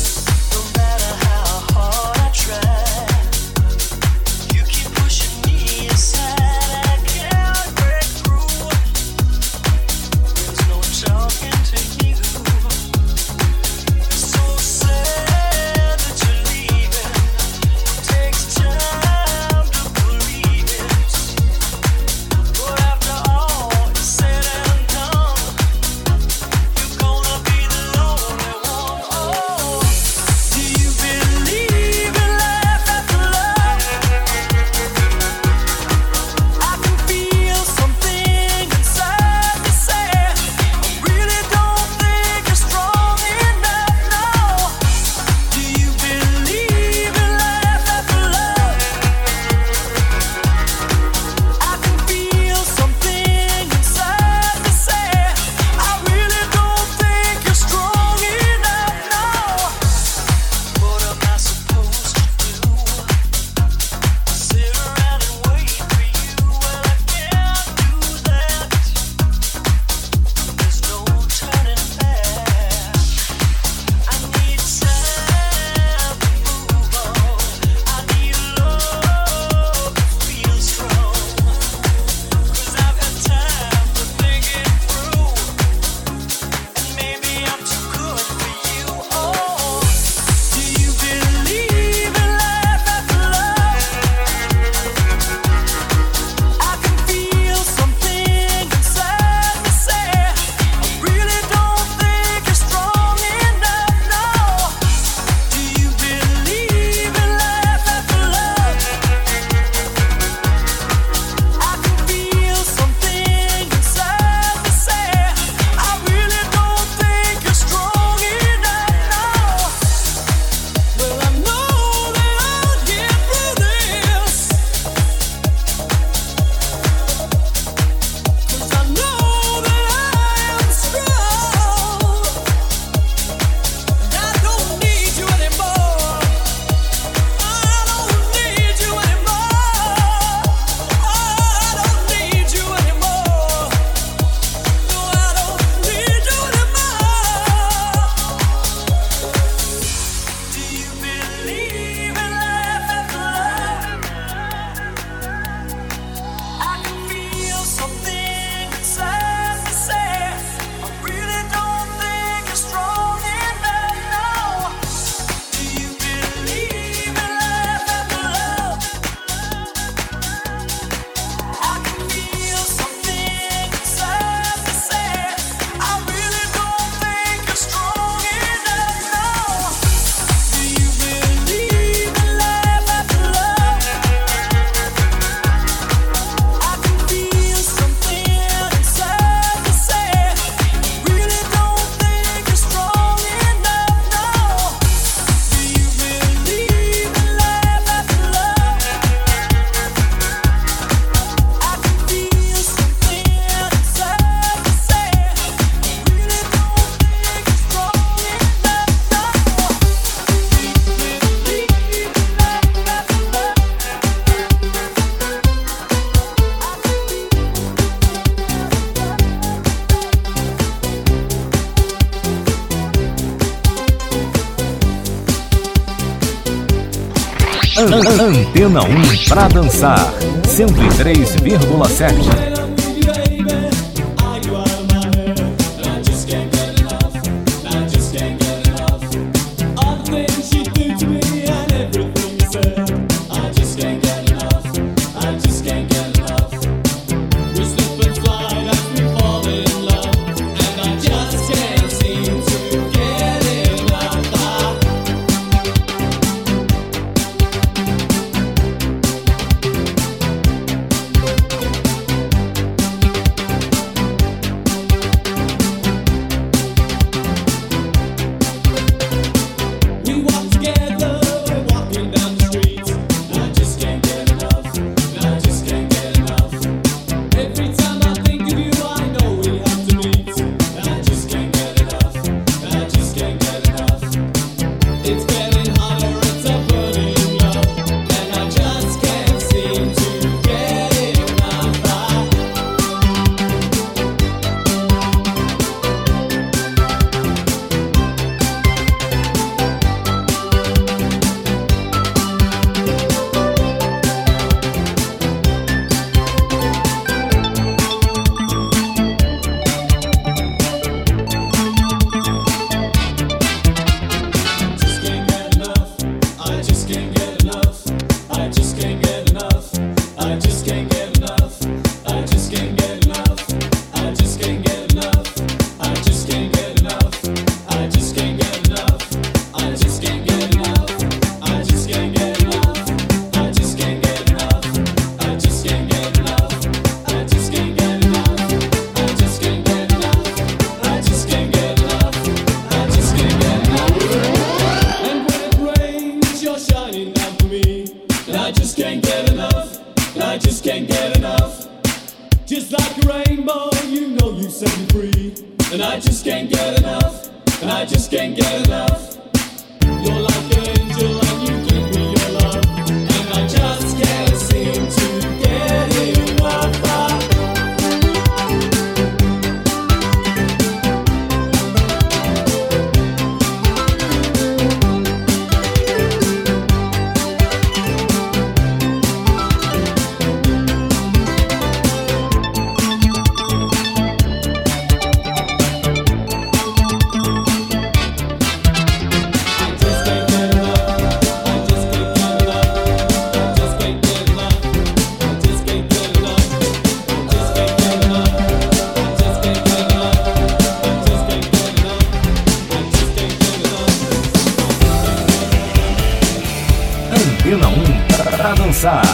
No matter how hard I try, you keep pushing me Antena 1 pra dançar. 103,7. Antena 1 pra dançar.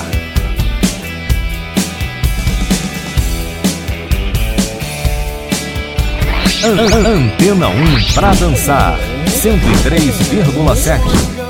Antena 1 pra dançar. 103,7.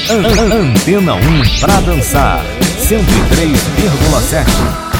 Antena 1 pra dançar. 103,7.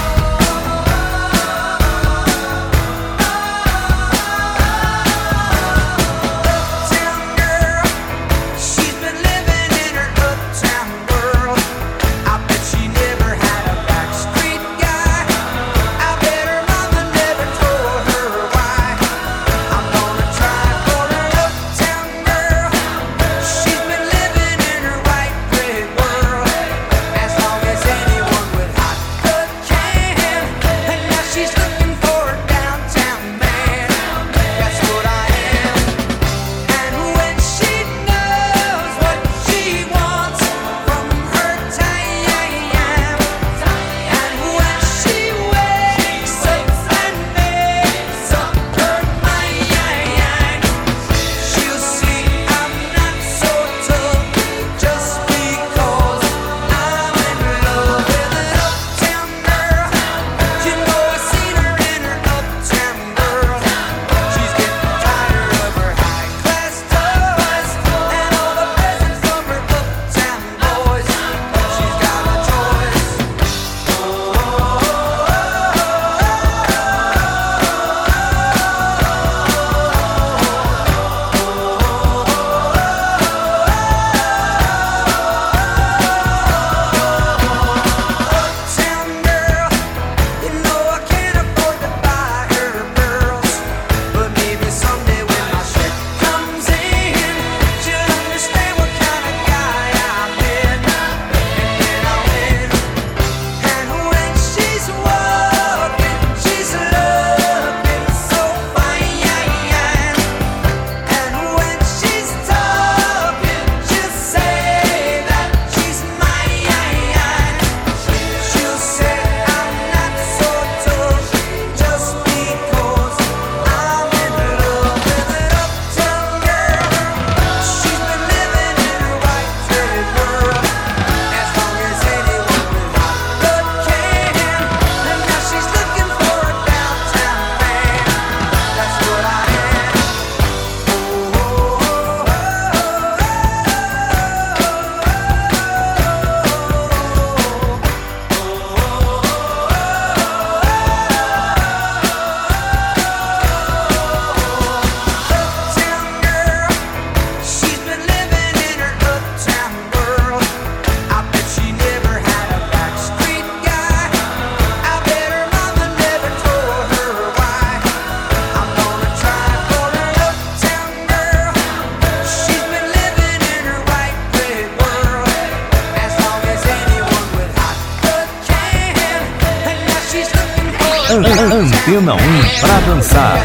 Antena 1 pra dançar.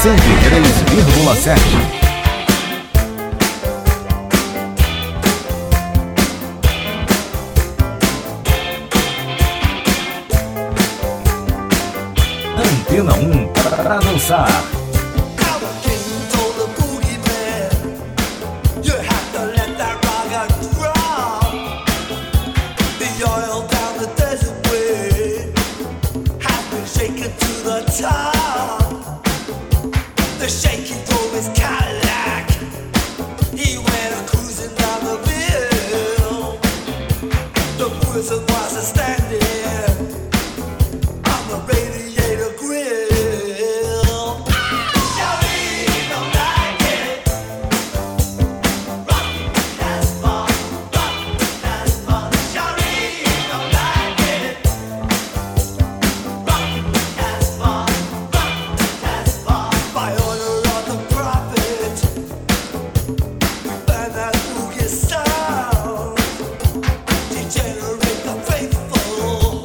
103,7. Antena 1 pra dançar. Generate the faithful.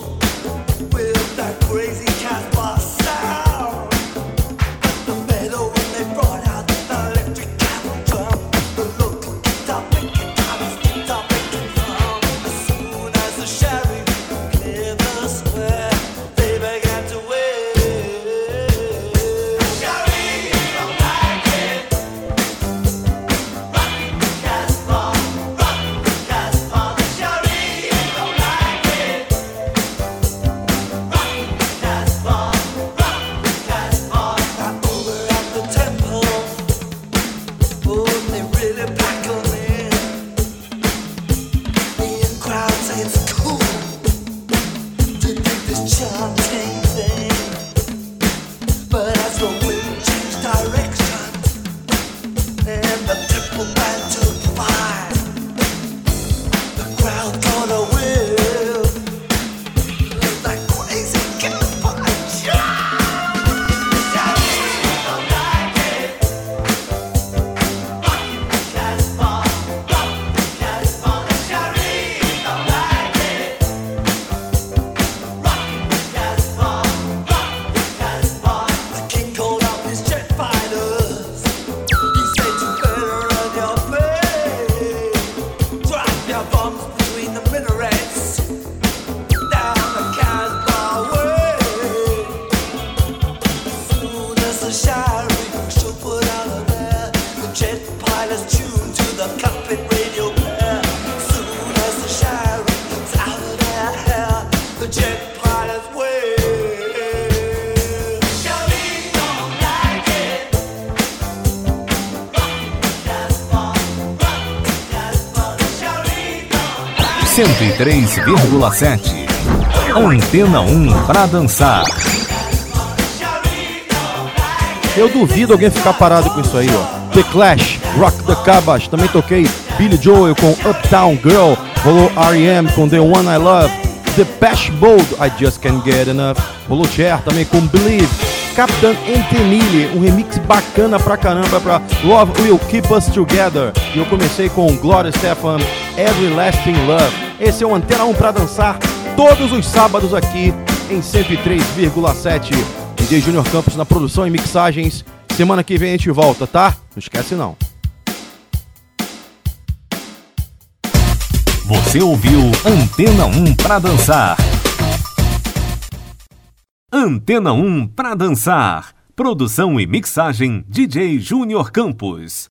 jet pilots tuned to the cockpit radio player. Soon as the shine gets out of their hair, the jet pilots wail. Charlie don't like it. Rock that ball, Charlie don't like it. 103,7. Antena 1 pra dançar. Eu duvido alguém ficar parado com isso aí, ó. The Clash, Rock the Cabas. Também toquei Billy Joel com Uptown Girl. Rolou R.E.M. com The One I Love. Depeche Mode, I Just Can't Get Enough. Rolou Cher também com Believe. Captain Antemille, um remix bacana pra caramba pra Love Will Keep Us Together. E eu comecei com Gloria Estefan, Everlasting Love. Esse é o Antena 1 pra dançar todos os sábados aqui em 103,7. DJ Júnior Campos na produção e mixagens. Semana que vem a gente volta, tá? Não esquece não. Você ouviu Antena 1 pra dançar. Antena 1 pra dançar. Produção e mixagem DJ Júnior Campos.